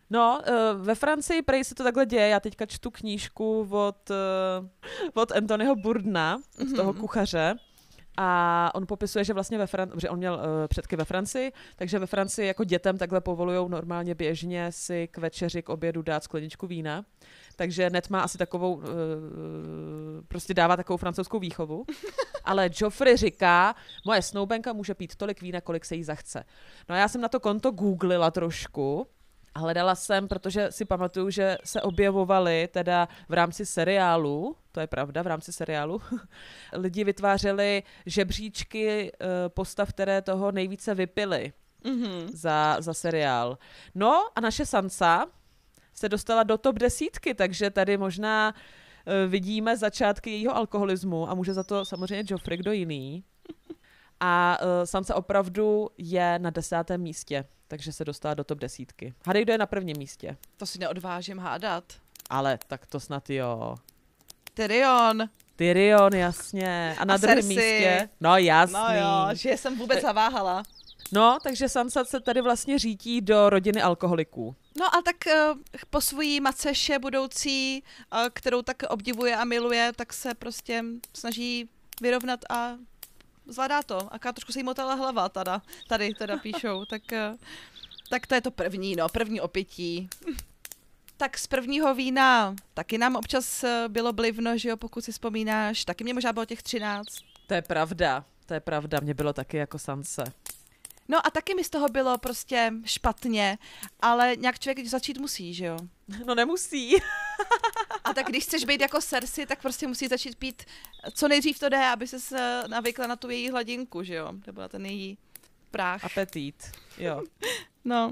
S1: No, uh, ve Francii prej se to takhle děje, já teďka čtu knížku od, uh, od Anthonyho Bourdona, od toho kuchaře, a on popisuje, že vlastně ve Francii, že on měl uh, předky ve Francii, takže ve Francii jako dětem takhle povolujou normálně běžně si k večeři, k obědu dát skleničku vína, takže Ned má asi takovou, uh, prostě dává takovou francouzskou výchovu, ale Joffrey říká, moje snoubenka může pít tolik vína, kolik se jí zachce. No a já jsem na to konto googlila trošku, a hledala jsem, protože si pamatuju, že se objevovaly teda v rámci seriálu, to je pravda, v rámci seriálu, lidi vytvářeli žebříčky postav, které toho nejvíce vypily mm-hmm. za, za seriál. No a naše Sansa se dostala do top desítky, takže tady možná vidíme začátky jejího alkoholismu a může za to samozřejmě Joffrey, kdo jiný. A uh, Sansa opravdu je na desátém místě, takže se dostala do top desítky. Hádej, kdo je na prvním místě?
S2: To si neodvážím hádat.
S1: Ale tak to snad jo.
S2: Tyrion.
S1: Tyrion, jasně. A na
S2: A
S1: druhém
S2: Cersei.
S1: místě? No jasný.
S2: No jo, že jsem vůbec zaváhala.
S1: No, takže Sansa se tady vlastně řítí do rodiny alkoholiků.
S2: No a tak uh, po svojí maceše budoucí, uh, kterou tak obdivuje a miluje, tak se prostě snaží vyrovnat a zvládá to. Aká trošku se jí motala hlava tada, tady teda píšou. Tak, uh, tak to je to první, no, první opití. Tak z prvního vína taky nám občas uh, bylo blivno, že jo, pokud si vzpomínáš. Taky mě možná bylo těch třináct.
S1: To je pravda, to je pravda, mě bylo taky jako Sanse.
S2: No a taky mi z toho bylo prostě špatně, ale nějak člověk začít musí, že jo?
S1: No nemusí.
S2: A tak když chceš být jako Cersei, tak prostě musí začít pít co nejdřív to jde, aby ses navykla na tu její hladinku, že jo? Nebo na ten její práh.
S1: Apetit, jo.
S2: No.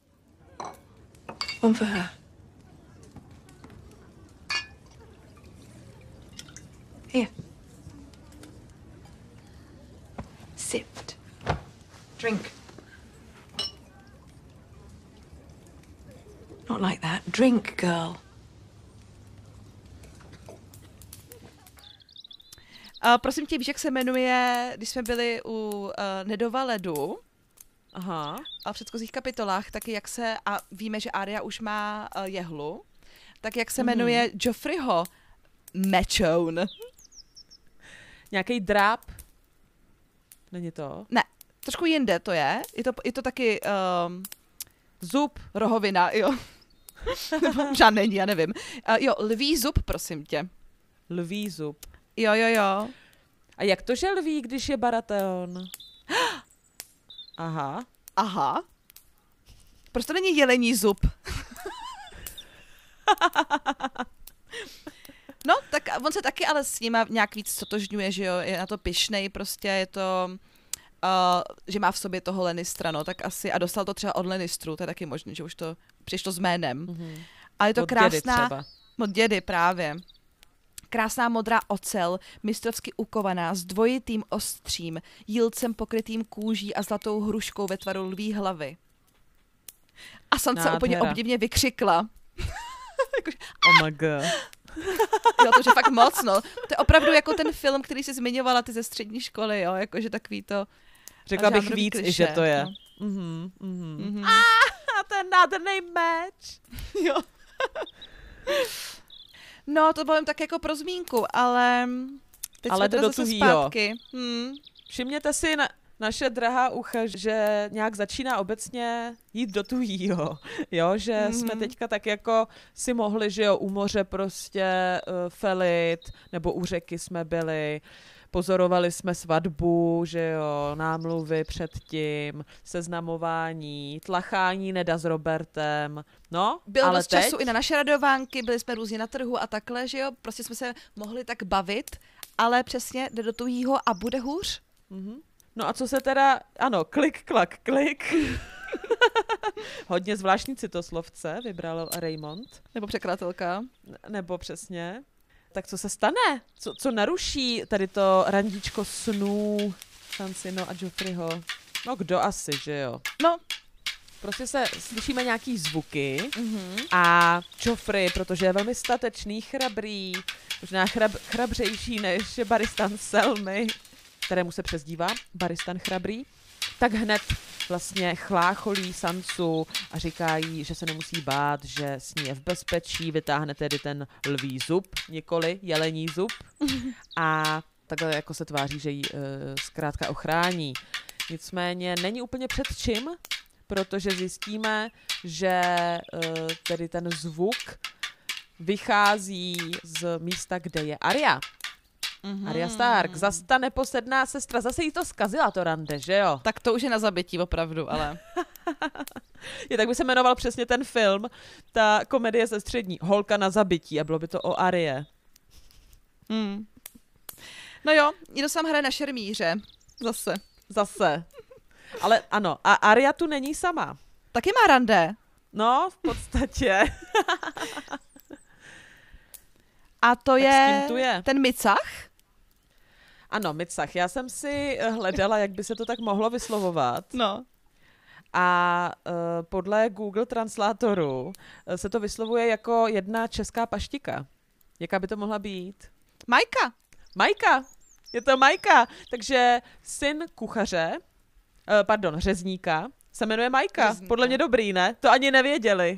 S3: One for her. Here. Sipped. Drink. Not like that. Drink, girl.
S2: A prosím tě, víš, jak se jmenuje, když jsme byli u uh, Nedova ledu,
S1: aha,
S2: a v předchozích kapitolách, taky jak se, a víme, že Arya už má uh, jehlu, tak jak se mm-hmm. jmenuje Joffreyho mečoun.
S1: Nějaký dráp? Není to?
S2: Ne, trošku jinde to je. Je to, je to taky um,
S1: zub,
S2: rohovina, jo. Žádný není, já nevím. Uh, jo, lví zub, prosím tě.
S1: Lví zub.
S2: Jo, jo, jo.
S1: A jak to, že lví, když je Baratheon? Aha.
S2: Aha. Proč to není jelení zub? No, tak on se taky ale s nima nějak víc stotožňuje, že jo, je na to pyšnej, prostě je to, uh, že má v sobě toho Lannistera, no, tak asi, a dostal to třeba od Lannistru, to je taky možné, že už to přišlo s jménem. Mm-hmm. A je to
S1: od
S2: krásná,
S1: dědy třeba.
S2: Od dědy právě. Krásná modrá ocel, mistrovsky ukovaná, s dvojitým ostřím, jílcem pokrytým kůží a zlatou hruškou ve tvaru lví hlavy. A Sansa úplně obdivně vykřikla.
S1: Oh my god.
S2: Jo, to je fakt moc, no. To je opravdu jako ten film, který jsi zmiňovala ty ze střední školy, jo, jakože takový to...
S1: Řekla bych víc,
S2: kliše,
S1: že to je.
S2: No.
S1: Mhm, mhm.
S2: Mm-hmm.
S1: Ah, ten nádherný meč.
S2: Jo. No, to bylo jen tak jako pro zmínku, ale teď
S1: ale
S2: jsme teda
S1: do
S2: zase
S1: tuhýho.
S2: zpátky. Hmm.
S1: Všimněte si na naše drahá ucha, že nějak začíná obecně jít do tuhýho, jo, že mm-hmm. jsme teďka tak jako si mohli, že jo, u moře prostě uh, felit, nebo u řeky jsme byli, pozorovali jsme svatbu, že jo, námluvy předtím, seznamování, tlachání Neda s Robertem, no,
S2: Bylo
S1: ale
S2: dost
S1: teď...
S2: času i na naše radovánky, byli jsme různě na trhu a takhle, že jo, prostě jsme se mohli tak bavit, ale přesně jde do tuhýho a bude hůř.
S1: Mm-hmm. No a co se teda, ano, klik, klak, klik. Hodně zvláštní citoslovce vybral Raymond.
S2: Nebo překladatelka.
S1: Nebo přesně. Tak co se stane? Co, co naruší tady to randíčko snů Sansino a Joffreyho? No kdo asi, že jo?
S2: No.
S1: Prostě se slyšíme nějaký zvuky
S2: mm-hmm.
S1: a Joffrey, protože je velmi statečný, chrabrý, možná chrab, chrabřejší než Barristan Selmy, kterému se přezdívá Barristan Chrabrý, tak hned vlastně chlácholí Sansu a říká jí, že se nemusí bát, že s ní je v bezpečí, vytáhne tedy ten lví zub, nikoli jelení zub a takhle jako se tváří, že ji uh, zkrátka ochrání. Nicméně není úplně před čím, protože zjistíme, že uh, tedy ten zvuk vychází z místa, kde je Arya. Mm-hmm. Arya Stark, zase ta neposedná sestra, zase jí to zkazila to rande, že jo?
S2: Tak to už je na zabití opravdu, ale...
S1: je, tak by se jmenoval přesně ten film, ta komedie ze střední, Holka na zabití a bylo by to o Arye.
S2: Hmm. No jo, někdo sám hraje na šermíře. Zase.
S1: Zase. Ale ano, a Arya tu není sama.
S2: Taky má rande.
S1: No, v podstatě.
S2: A to je,
S1: tu je
S2: ten Micach?
S1: Ano, Micach. Já jsem si hledala, jak by se to tak mohlo vyslovovat.
S2: No.
S1: A uh, podle Google Translátoru uh, se to vyslovuje jako jedna česká paštika. Jaká by to mohla být?
S2: Majka.
S1: Majka. Je to Majka. Takže syn kuchaře, uh, pardon, řezníka, se jmenuje Majka. Řezníka. Podle mě dobrý, ne? To ani nevěděli.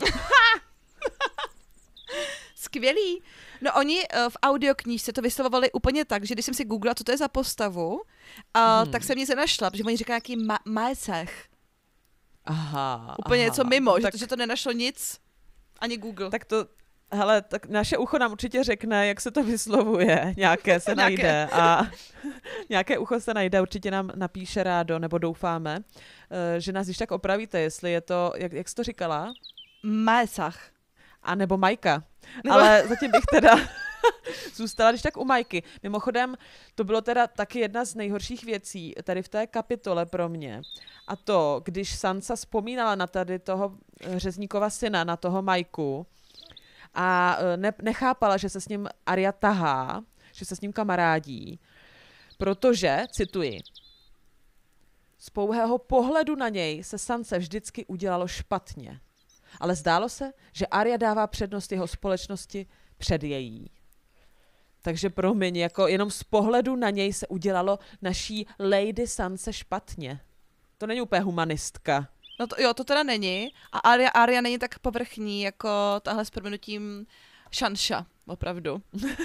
S2: Skvělý. No oni uh, v audioknížce to vyslovovali úplně tak, že když jsem si googlila, co to je za postavu, uh, hmm. tak jsem nic nenašla, protože oni říkají nějaký ma- Majcech.
S1: Aha.
S2: Úplně
S1: aha.
S2: něco mimo,
S1: tak,
S2: že, že to nenašlo nic, ani Google.
S1: Tak to, hele, tak naše ucho nám určitě řekne, jak se to vyslovuje. Nějaké se najde a nějaké ucho se najde, určitě nám napíše rádo, nebo doufáme, uh, že nás když tak opravíte, jestli je to, jak, jak jsi to říkala?
S2: Majcech.
S1: A nebo Majka. Nebo... Ale zatím bych teda zůstala když tak u Majky. Mimochodem, to bylo teda taky jedna z nejhorších věcí tady v té kapitole pro mě. A to, když Sansa vzpomínala na tady toho řezníkova syna, na toho Majku a ne- nechápala, že se s ním Arya tahá, že se s ním kamarádí, protože, cituji, z pouhého pohledu na něj se Sanse vždycky udělalo špatně. Ale zdálo se, že Arya dává přednost jeho společnosti před její. Takže promiň, jako jenom z pohledu na něj se udělalo naší Lady Sanse špatně. To není úplně humanistka.
S2: No to, jo, to teda není. A Arya, Arya není tak povrchní, jako tahle s prominutím Šanša, opravdu.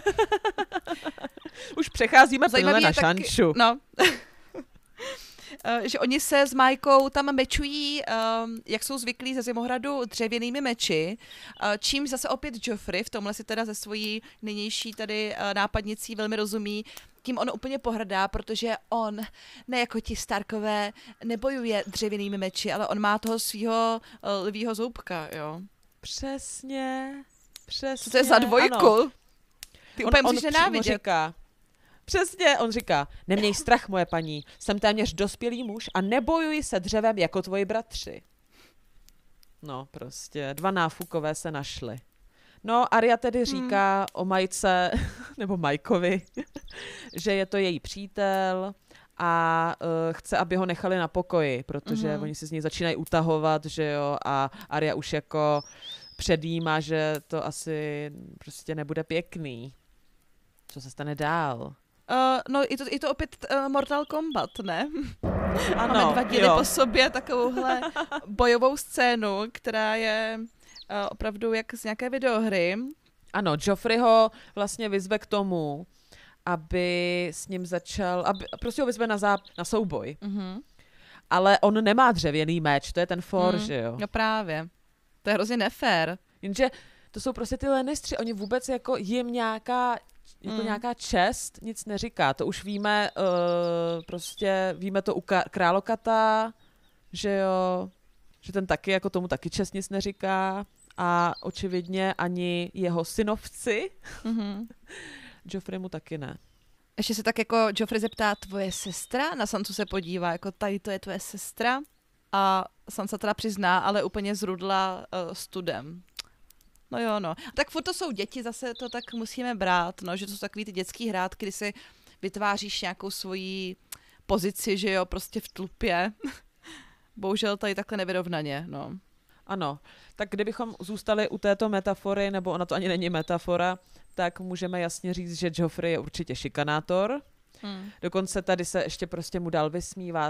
S1: Už přecházíme plně na Šanšu.
S2: No. Že oni se s Majkou tam mečují, um, jak jsou zvyklí ze Zimohradu, dřevěnými meči, uh, čím zase opět Joffrey, v tomhle si teda ze svojí nynější tady uh, nápadnicí velmi rozumí, tím on úplně pohrdá, protože on, ne jako ti Starkové, nebojuje dřevěnými meči, ale on má toho svýho uh, lvího zoubka, jo.
S1: Přesně, přesně.
S2: Co to je za dvojku?
S1: Ano.
S2: Ty úplně musíš nenávidět.
S1: Říká, přesně, on říká, neměj strach, moje paní, jsem téměř dospělý muž a nebojuji se dřevem jako tvoji bratři. No, prostě, dva náfukové se našli. No, Arya tedy říká hmm. o Majce, nebo Majkovi, že je to její přítel a uh, chce, aby ho nechali na pokoji, protože hmm. oni si z něj začínají utahovat, že jo, a Arya už jako předjímá, že to asi prostě nebude pěkný. Co se stane dál?
S2: Uh, no, je to, je to opět uh, Mortal Kombat, ne?
S1: Ano,
S2: Máme dva díly
S1: jo.
S2: po sobě takovouhle bojovou scénu, která je uh, opravdu jak z nějaké videohry.
S1: Ano, Joffrey ho vlastně vyzve k tomu, aby s ním začal, aby, prostě ho vyzve na, záp, na souboj. Mm-hmm. Ale on nemá dřevěný meč, to je ten for, mm, že jo?
S2: No právě. To je hrozně nefér.
S1: Jenže to jsou prostě ty Lannistři, oni vůbec jako jim nějaká jako mm. nějaká čest nic neříká. To už víme, uh, prostě víme to u ka- Králokata, že jo, že ten taky jako tomu taky čest nic neříká a očividně ani jeho synovci, mm-hmm. Joffrey mu taky ne.
S2: Ještě se tak jako Joffrey zeptá, tvoje sestra? Na Sansu se podívá, jako tady to je tvoje sestra? A Sansa teda přizná, ale úplně zrudla uh, studem. No jo, no. Tak furt to jsou děti, zase to tak musíme brát, no, že to jsou takový ty dětský hrátky, kdy si vytváříš nějakou svoji pozici, že jo, prostě v tlupě. Bohužel tady takhle nevyrovnaně, no.
S1: Ano, tak kdybychom zůstali u této metafory, nebo ona to ani není metafora, tak můžeme jasně říct, že Joffrey je určitě šikanátor. Hmm. Dokonce tady se ještě prostě mu dal vysmívat.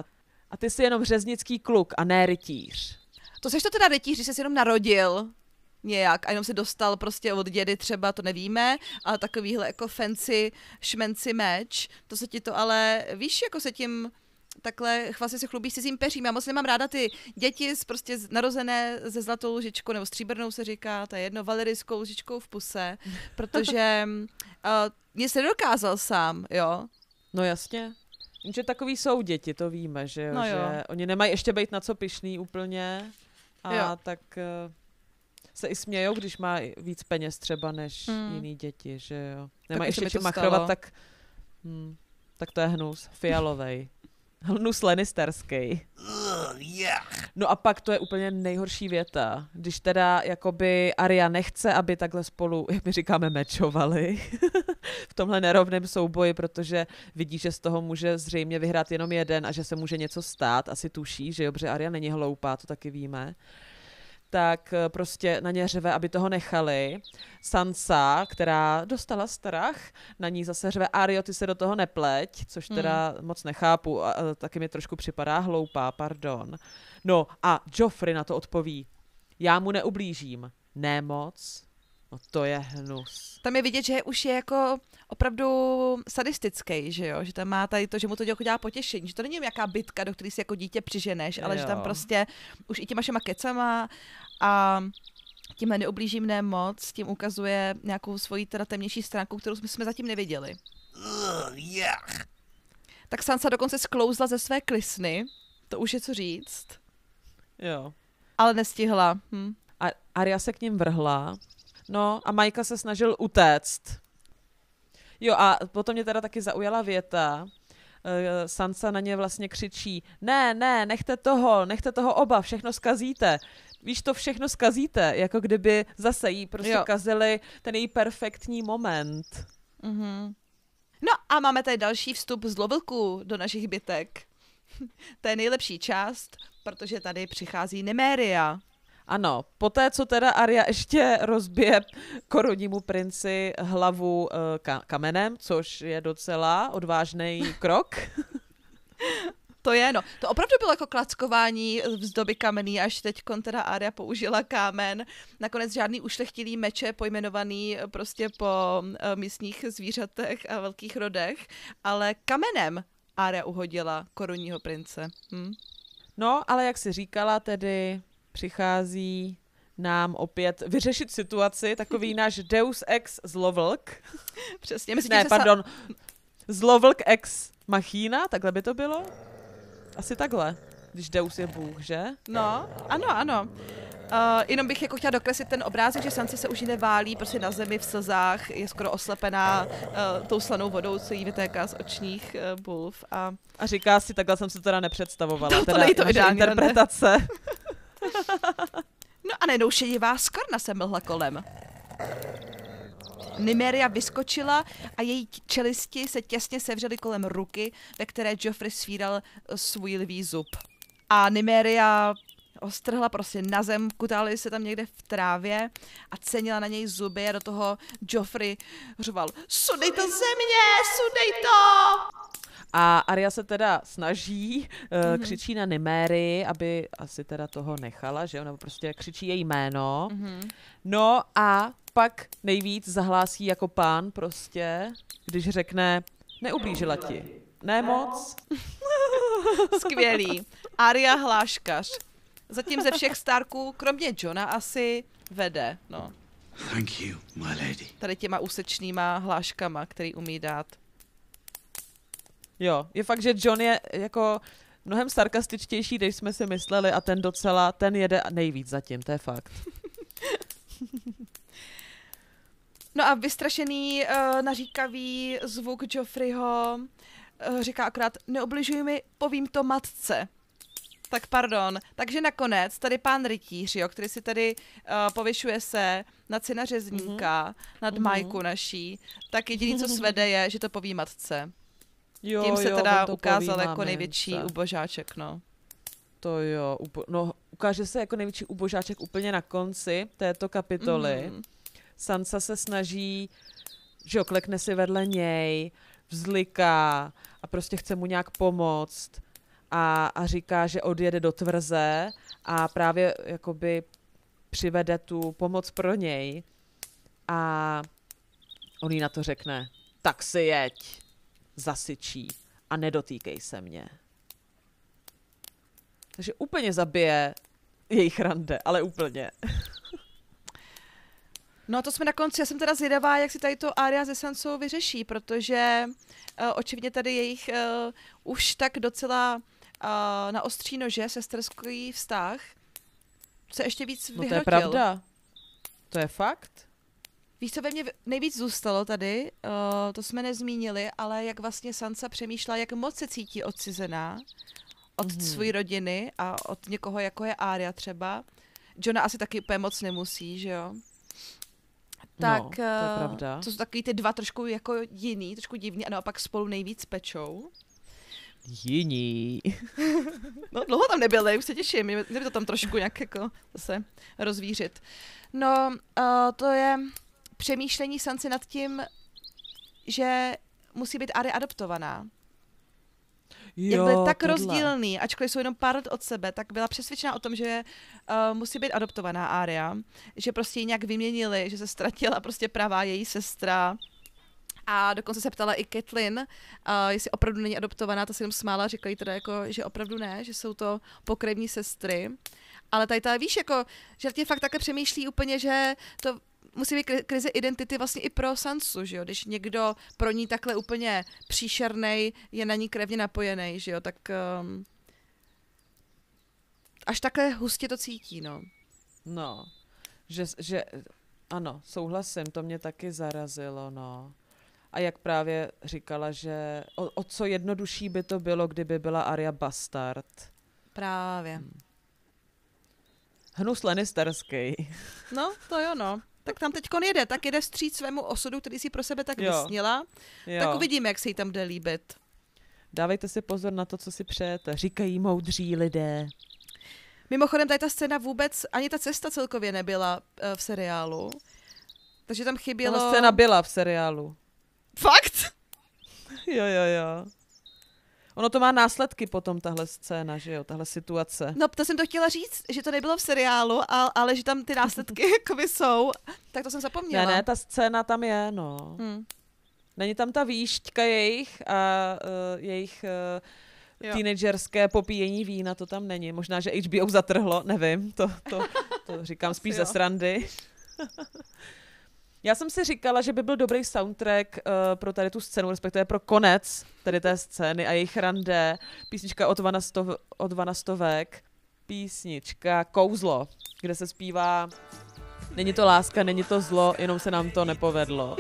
S1: A ty jsi jenom řeznický kluk a ne rytíř.
S2: To seš to teda rytíř, když jsi jenom narodil nějak a jenom si dostal prostě od dědy třeba, to nevíme, ale takovýhle jako fancy šmenci meč, to se ti to ale, víš, jako se tím takhle vlastně se chlubí s cizím peřím. Já moc nemám ráda ty děti z prostě narozené ze zlatou lžičkou, nebo stříbrnou se říká, to je jedno, valerijskou lžičkou v puse, protože uh, nic nedokázal sám, jo.
S1: No jasně. Že takový jsou děti, to víme, že jo,
S2: no jo.
S1: Že oni nemají ještě být na co pyšný úplně a jo. tak uh, se i smějou, když má víc peněz třeba než hmm. jiný děti, že jo. Nemají ještě čím machrovat, tak, hmm, tak to je hnus, fialovej. Hnus Lannisterský. No a pak to je úplně nejhorší věta. Když teda jakoby Arya nechce, aby takhle spolu, jak my říkáme, mečovali v tomhle nerovném souboji, protože vidí, že z toho může zřejmě vyhrát jenom jeden a že se může něco stát. Asi tuší, že jo, protože Arya není hloupá, to taky víme. Tak prostě na ně řve, aby toho nechali. Sansa, která dostala strach, na ní zase řve, Aryo, ty se do toho nepleť, což teda hmm. moc nechápu, a, a taky mi trošku připadá hloupá, pardon. No a Joffrey na to odpoví, já mu neublížím, ne moc, no to je hnus.
S2: Tam je vidět, že už je jako opravdu sadistický, že jo, že tam má tady to, že mu to dělá, dělá potěšení, že to není nějaká bitka, do které si jako dítě přiženeš, ale jo. Že tam prostě už i těma všema kecama a tímhle neublížím ne moc, tím ukazuje nějakou svoji teda temnější stránku, kterou jsme, jsme zatím neviděli. Uh, yeah. Tak Sansa dokonce sklouzla ze své klisny, to už je co říct.
S1: Jo.
S2: Ale nestihla. Hm.
S1: A Arya se k ním vrhla, no a Majka se snažil utéct. Jo a potom mě teda taky zaujala věta, Sansa na ně vlastně křičí, ne, ne, nechte toho, nechte toho oba, všechno zkazíte. Víš, to všechno zkazíte, jako kdyby zase jí prostě jo. kazili ten její perfektní moment.
S2: Mm-hmm. No a máme tady další vstup z Lovlku do našich bytek. To je nejlepší část, protože tady přichází Nymeria.
S1: Ano, poté, co teda Arya ještě rozbije korunnímu princi hlavu uh, ka- kamenem, což je docela odvážný krok.
S2: To je, no. To opravdu bylo jako klackování z doby kamenný, až teď teda Arya použila kámen. Nakonec žádný ušlechtilý meče pojmenovaný prostě po uh, místních zvířatech a velkých rodech, ale kamenem Arya uhodila korunního prince. Hm?
S1: No, ale jak jsi říkala, tedy přichází nám opět vyřešit situaci, takový náš Deus ex Zlovlk.
S2: Přesně. Myslím,
S1: ne,
S2: že
S1: pardon,
S2: sa...
S1: Zlovlk ex Machina, takhle by to bylo? Asi takhle, když Deus je Bůh, že?
S2: No, ano, ano. Uh, jenom bych jako chtěla dokreslit ten obrázek, že Sansa se už neválí prostě na zemi v slzách, je skoro oslepená uh, tou slanou vodou, co jí vytéká z očních uh, bulv. A...
S1: a říká si, takhle jsem si to teda nepředstavovala.
S2: To, to
S1: teda
S2: není to ideální,
S1: interpretace.
S2: Ne? No a najednou šedivá skvrna se mlhla kolem. Nymeria vyskočila a její čelisti se těsně sevřely kolem ruky, ve které Joffrey svíral svůj lví zub. A Nymeria ho strhla prostě na zem, kutáli se tam někde v trávě a cenila na něj zuby a do toho Joffrey řval: Sudej to země, sudej to!
S1: A Arya se teda snaží, mm-hmm. křičí na Nymerii, aby asi teda toho nechala, že jo, nebo prostě křičí její jméno. Mm-hmm. No a pak nejvíc zahlásí jako pán prostě, když řekne, neublížila ti. Ne moc.
S2: Skvělý. Arya hláškař. Zatím ze všech Starků, kromě Johna asi, vede, no.
S4: Thank you, my lady.
S2: Tady těma úsečnýma hláškama, který umí dát.
S1: Jo, je fakt, že Jon je jako mnohem sarkastičtější, než jsme si mysleli a ten docela, ten jede nejvíc zatím, to je fakt.
S2: No a vystrašený, uh, naříkavý zvuk Joffreyho uh, říká akorát, neubližuj mi, povím to matce. Tak pardon. Takže nakonec tady pán rytíř, jo, který si tady uh, povyšuje se nad syna řezníka, mm-hmm. nad mm-hmm. Majku naší, tak jediný, co svede, je, že to poví matce. Jo, Tím se jo, teda ukázal jako největší se. ubožáček, no.
S1: To jo, ubo- no ukáže se jako největší ubožáček úplně na konci této kapitoly. Mm. Sansa se snaží, že jo, klekne si vedle něj, vzliká a prostě chce mu nějak pomoct. a, a říká, že odjede do tvrze a právě jakoby přivede tu pomoc pro něj a on jí na to řekne, tak si jeď, zasyčí a nedotýkej se mě. Takže úplně zabije jejich rande, ale úplně.
S2: No a to jsme na konci. Já jsem teda zvědavá, jak si tady to Arya se Sansou vyřeší, protože uh, očividně tady jejich uh, už tak docela uh, na ostří nože sesterský vztah se ještě víc vyhrotil.
S1: No to je pravda. To je fakt.
S2: Víš, co ve mně nejvíc zůstalo tady, uh, to jsme nezmínili, ale jak vlastně Sansa přemýšlela, jak moc se cítí odcizená od mm-hmm. své rodiny a od někoho, jako je Arya třeba. Jona asi taky úplně moc nemusí, že jo? Tak,
S1: no, to je pravda.
S2: To jsou takový ty dva trošku jako jiný, trošku divný a naopak spolu nejvíc pečou.
S1: Jiní.
S2: No dlouho tam nebyli, už se těším, měli to tam trošku nějak jako zase rozvířit. No, uh, to je přemýšlení Sansy nad tím, že musí být Arya adoptovaná.
S1: Jo,
S2: jak byly tak
S1: tohle.
S2: rozdílný, ačkoliv jsou jenom pár let od sebe, tak byla přesvědčená o tom, že uh, musí být adoptovaná Arya, že prostě ji nějak vyměnili, že se ztratila prostě pravá její sestra. A dokonce se ptala i Catelyn, uh, jestli opravdu není adoptovaná, ta se jenom smála, řekla jí teda jako, že opravdu ne, že jsou to pokrevní sestry. Ale tady ta, víš, jako, že tě fakt takhle přemýšlí úplně, že to musí být krize identity vlastně i pro Sansu, že jo, když někdo pro ní takhle úplně příšernej je na ní krevně napojený, že jo, tak um, až takhle hustě to cítí, no.
S1: No, že, že ano, souhlasím, to mě taky zarazilo, no. A jak právě říkala, že o, o co jednodušší by to bylo, kdyby byla Arya bastard.
S2: Právě.
S1: Hmm. Hnus Lannisterský.
S2: No, to jo, no. Tak tam teďkon jede, tak jede vstříc svému osudu, který si pro sebe tak
S1: jo.
S2: vysnila.
S1: Jo.
S2: Tak uvidíme, jak se jí tam bude líbit.
S1: Dávejte si pozor na to, co si přejete. Říkají moudří lidé.
S2: Mimochodem, tady ta scéna vůbec, ani ta cesta celkově nebyla uh, v seriálu. Takže tam chybělo...
S1: Ta scéna byla v seriálu.
S2: Fakt?
S1: Jo, jo, jo. Ono to má následky potom, tahle scéna, že jo, tahle situace.
S2: No, to jsem to chtěla říct, že to nebylo v seriálu, ale, ale že tam ty následky jakoby jsou, tak to jsem zapomněla.
S1: Ne, ne, ta scéna tam je, no. Hmm. Není tam ta výšťka jejich a uh, jejich uh, teenagerské popíjení vína, to tam není. Možná, že H B O zatrhlo, nevím, to, to, to říkám spíš ze srandy. Já jsem si říkala, že by byl dobrý soundtrack uh, pro tady tu scénu, respektive pro konec tady té scény a jejich rande. Písnička od Vana, Stov, od Vana Stovek, písnička Kouzlo, kde se zpívá není to láska, není to zlo, jenom se nám to nepovedlo.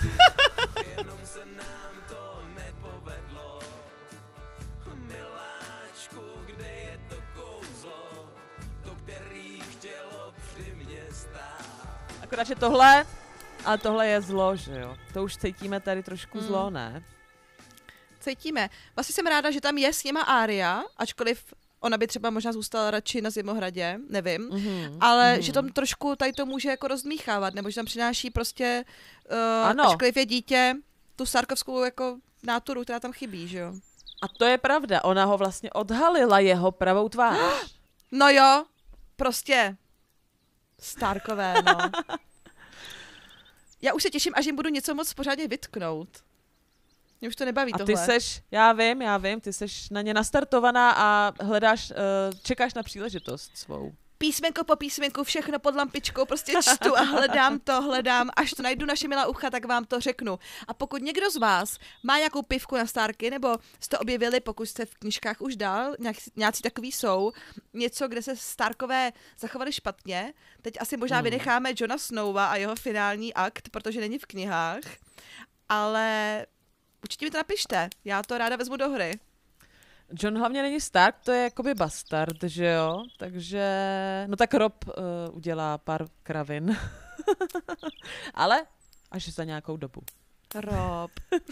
S1: Akorát, že tohle, ale tohle je zlo, že jo? To už cítíme tady trošku hmm. zlo, ne?
S2: Cítíme. Vlastně jsem ráda, že tam je s nima Arya, ačkoliv ona by třeba možná zůstala radši na Zimohradě, nevím, mm-hmm. ale mm-hmm. že tam trošku tady to může jako rozdmíchávat, nebo že tam přináší prostě, uh, ačkoliv je dítě, tu starkovskou jako náturu, která tam chybí, že jo?
S1: A to je pravda, ona ho vlastně odhalila, jeho pravou tvář.
S2: No jo, prostě Starkové, no. Já už se těším, až jim budu něco moc pořádně vytknout. Mě už to nebaví
S1: a
S2: tohle.
S1: A ty seš, já vím, já vím, ty seš na ně nastartovaná a hledáš, uh, čekáš na příležitost svou.
S2: Písmenko po písmenku, všechno pod lampičkou, prostě čtu a hledám to, hledám. Až to najdu, naše milá ucha, tak vám to řeknu. A pokud někdo z vás má nějakou pivku na Starky, nebo jste objevili, pokud jste v knížkách už dál, nějak, nějací takový jsou, něco, kde se Starkové zachovali špatně, teď asi možná hmm. vynecháme Jona Snowa a jeho finální akt, protože není v knihách, ale určitě mi to napište, já to ráda vezmu do hry.
S1: Jon hlavně není Stark, to je jakoby bastard, že jo? Takže, no tak Rob uh, udělá pár kravin. Ale až za nějakou dobu.
S2: Rob.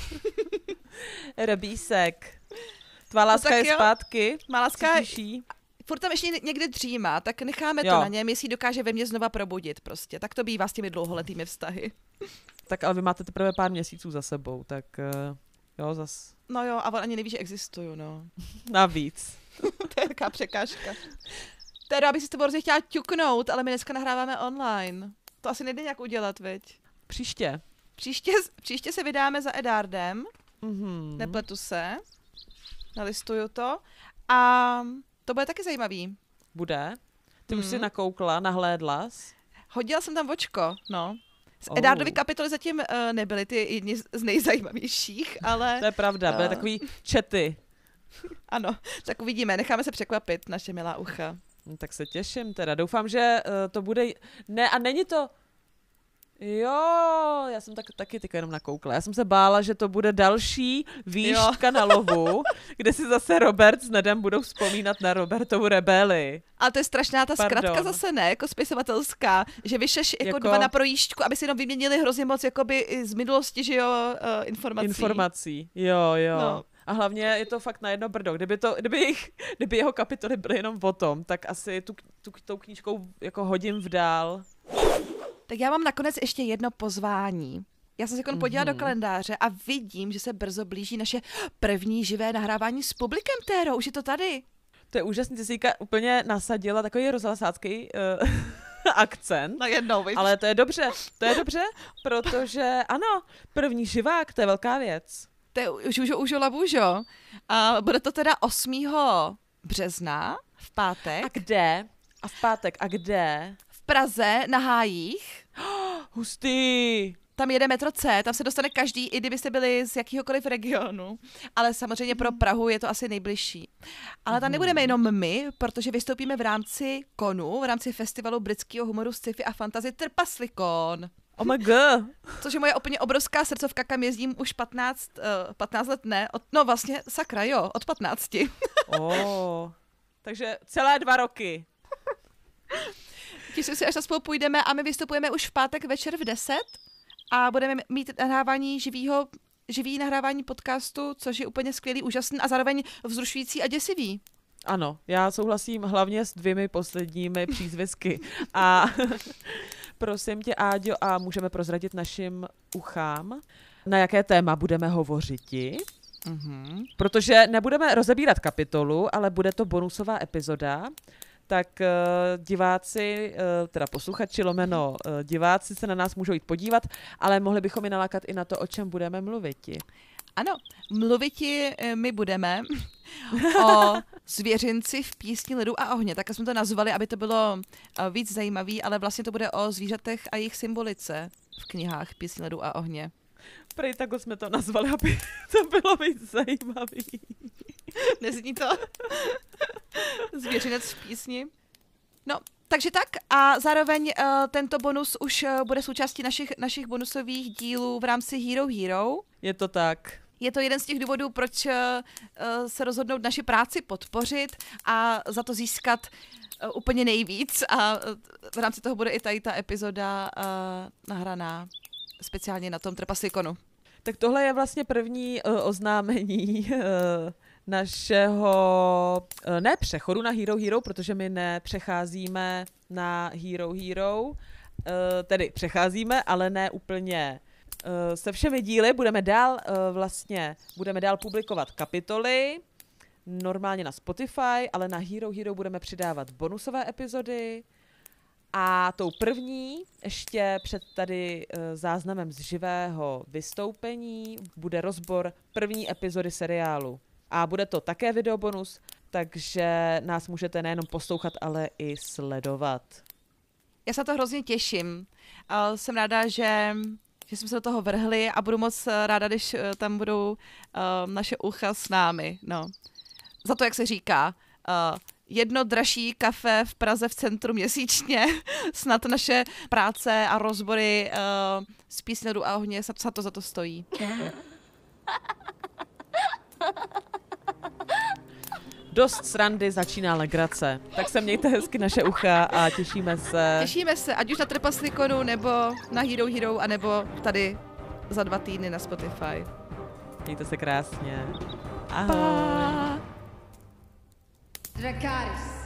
S1: Robísek. Tvá láska no je jo. zpátky.
S2: Má láska je... Furt tam ještě někde dřímá, tak necháme jo. to na něm, jestli dokáže ve mně znova probudit prostě. Tak to bývá s těmi dlouholetými vztahy.
S1: Tak ale vy máte teprve pár měsíců za sebou, tak uh, jo, zas.
S2: No jo, a on ani neví, že existuju, no.
S1: Navíc.
S2: To je taká překážka. Teda, abych si to hrozně chtěla ťuknout, ale my dneska nahráváme online. To asi nejde nějak udělat, viď?
S1: Příště.
S2: Příště, příště se vydáme za Edardem.
S1: Mm-hmm.
S2: Nepletu se. Nalistuju to. A to bude taky zajímavý.
S1: Bude? Ty mm. už
S2: Mm.
S1: jsi nakoukla, nahlédlas?
S2: Hodila jsem tam očko, no. Z
S1: Oh.
S2: Edardovy kapitoly zatím uh, nebyly ty jedni z nejzajímavějších, ale...
S1: To je pravda, byly uh. takový čety.
S2: Ano, tak uvidíme, necháme se překvapit, naše milá ucha.
S1: No, tak se těším teda, doufám, že uh, to bude... Ne, a není to... Jo, já jsem tak, taky teďka jenom nakoukla. Já jsem se bála, že to bude další výštka jo. na lovu, kde si zase Robert s Nedem budou vzpomínat na Robertovu rebeli.
S2: Ale to je strašná ta
S1: Pardon.
S2: zkratka zase, ne? Jako spisovatelská. Že vyšleš jako, jako dva na projížďku, aby si jenom vyměnili hrozně moc jakoby z minulosti, že jo, uh, informací.
S1: Informací, jo, jo.
S2: No.
S1: A hlavně je to fakt na jedno brdo. Kdyby, to, kdyby, jich, kdyby jeho kapitoly byly jenom o tom, tak asi tu, tu, tou knížkou jako hodím vdál.
S2: Tak já mám nakonec ještě jedno pozvání. Já jsem se jako podívala mm-hmm. do kalendáře a vidím, že se brzo blíží naše první živé nahrávání s publikem, Téro. Už je to tady.
S1: To je úžasný, ty jsi úplně nasadila takový rozhlasácký uh, akcent.
S2: No jednou, víš.
S1: Ale to je dobře, to je dobře, protože ano, první živák, to je velká věc.
S2: To je už, už, už, labužo. A bude to teda osmého března v pátek.
S1: A kde? A v pátek, a kde?
S2: V Praze na Hájích.
S1: Oh, hustý.
S2: Tam jede metro C, tam se dostane každý, i kdybyste byli z jakýhokoliv regionu. Ale samozřejmě pro Prahu je to asi nejbližší. Ale tam nebudeme jenom my, protože vystoupíme v rámci konu, v rámci festivalu britského humoru, sci-fi a fantasy Trpaslikon.
S1: Oh my god.
S2: Což je moje úplně obrovská srdcovka, kam jezdím už patnáct, uh, patnáct let, ne? Od, no vlastně, sakra, jo, od patnácti.
S1: Oh, takže celé dva roky.
S2: Těším se, až spolu půjdeme a my vystupujeme už v pátek večer v deset a budeme mít nahrávání živýho, živý nahrávání podcastu, což je úplně skvělý, úžasný a zároveň vzrušující a děsivý.
S1: Ano, já souhlasím hlavně s dvěmi posledními přízvisky. A prosím tě, Áďo, a můžeme prozradit našim uchám, na jaké téma budeme hovořiti. Mm-hmm. Protože nebudeme rozebírat kapitolu, ale bude to bonusová epizoda. Tak uh, diváci, uh, teda posluchači lomeno, uh, diváci se na nás můžou jít podívat, ale mohli bychom i nalákat i na to, o čem budeme mluviti.
S2: Ano, mluviti my budeme o zvěřinci v písni Ledu a ohně. Tak jsme to nazvali, aby to bylo víc zajímavý, ale vlastně to bude o zvířatech a jejich symbolice v knihách Písni Ledu a ohně.
S1: Prej tak jsme to nazvali, aby to bylo víc zajímavý.
S2: Nezní to? Zvěřinec v písni. No, takže tak a zároveň uh, tento bonus už uh, bude součástí našich, našich bonusových dílů v rámci Hero Hero.
S1: Je to tak.
S2: Je to jeden z těch důvodů, proč uh, se rozhodnout naši práci podpořit a za to získat uh, úplně nejvíc a uh, v rámci toho bude i tady ta epizoda uh, nahraná speciálně na tom Trpaslikonu.
S1: Tak tohle je vlastně první uh, oznámení uh, našeho, uh, ne přechodu na Hero Hero, protože my nepřecházíme na Hero Hero, uh, tedy přecházíme, ale ne úplně uh, se všemi díly, budeme dál uh, vlastně, budeme dál publikovat kapitoly, normálně na Spotify, ale na Hero Hero budeme přidávat bonusové epizody. A tou první, ještě před tady uh, záznamem z živého vystoupení, bude rozbor první epizody seriálu. A bude to také videobonus, takže nás můžete nejenom poslouchat, ale i sledovat.
S2: Já se na to hrozně těším. Uh, jsem ráda, že, že jsme se do toho vrhli a budu moc ráda, když uh, tam budou uh, naše ucha s námi. No. Za to, jak se říká, uh, jedno dražší kafe v Praze v centru měsíčně. Snad naše práce a rozbory uh, z Písně Ledu a ohně za to za to stojí.
S1: Dost srandy, začíná legrace. Tak se mějte hezky naše ucha a těšíme se.
S2: Těšíme se, ať už na Trpaslikonu, nebo na Hero Hero, anebo tady za dva týdny na Spotify.
S1: Mějte se krásně. Ahoj.
S2: Pa.
S6: Dracarys.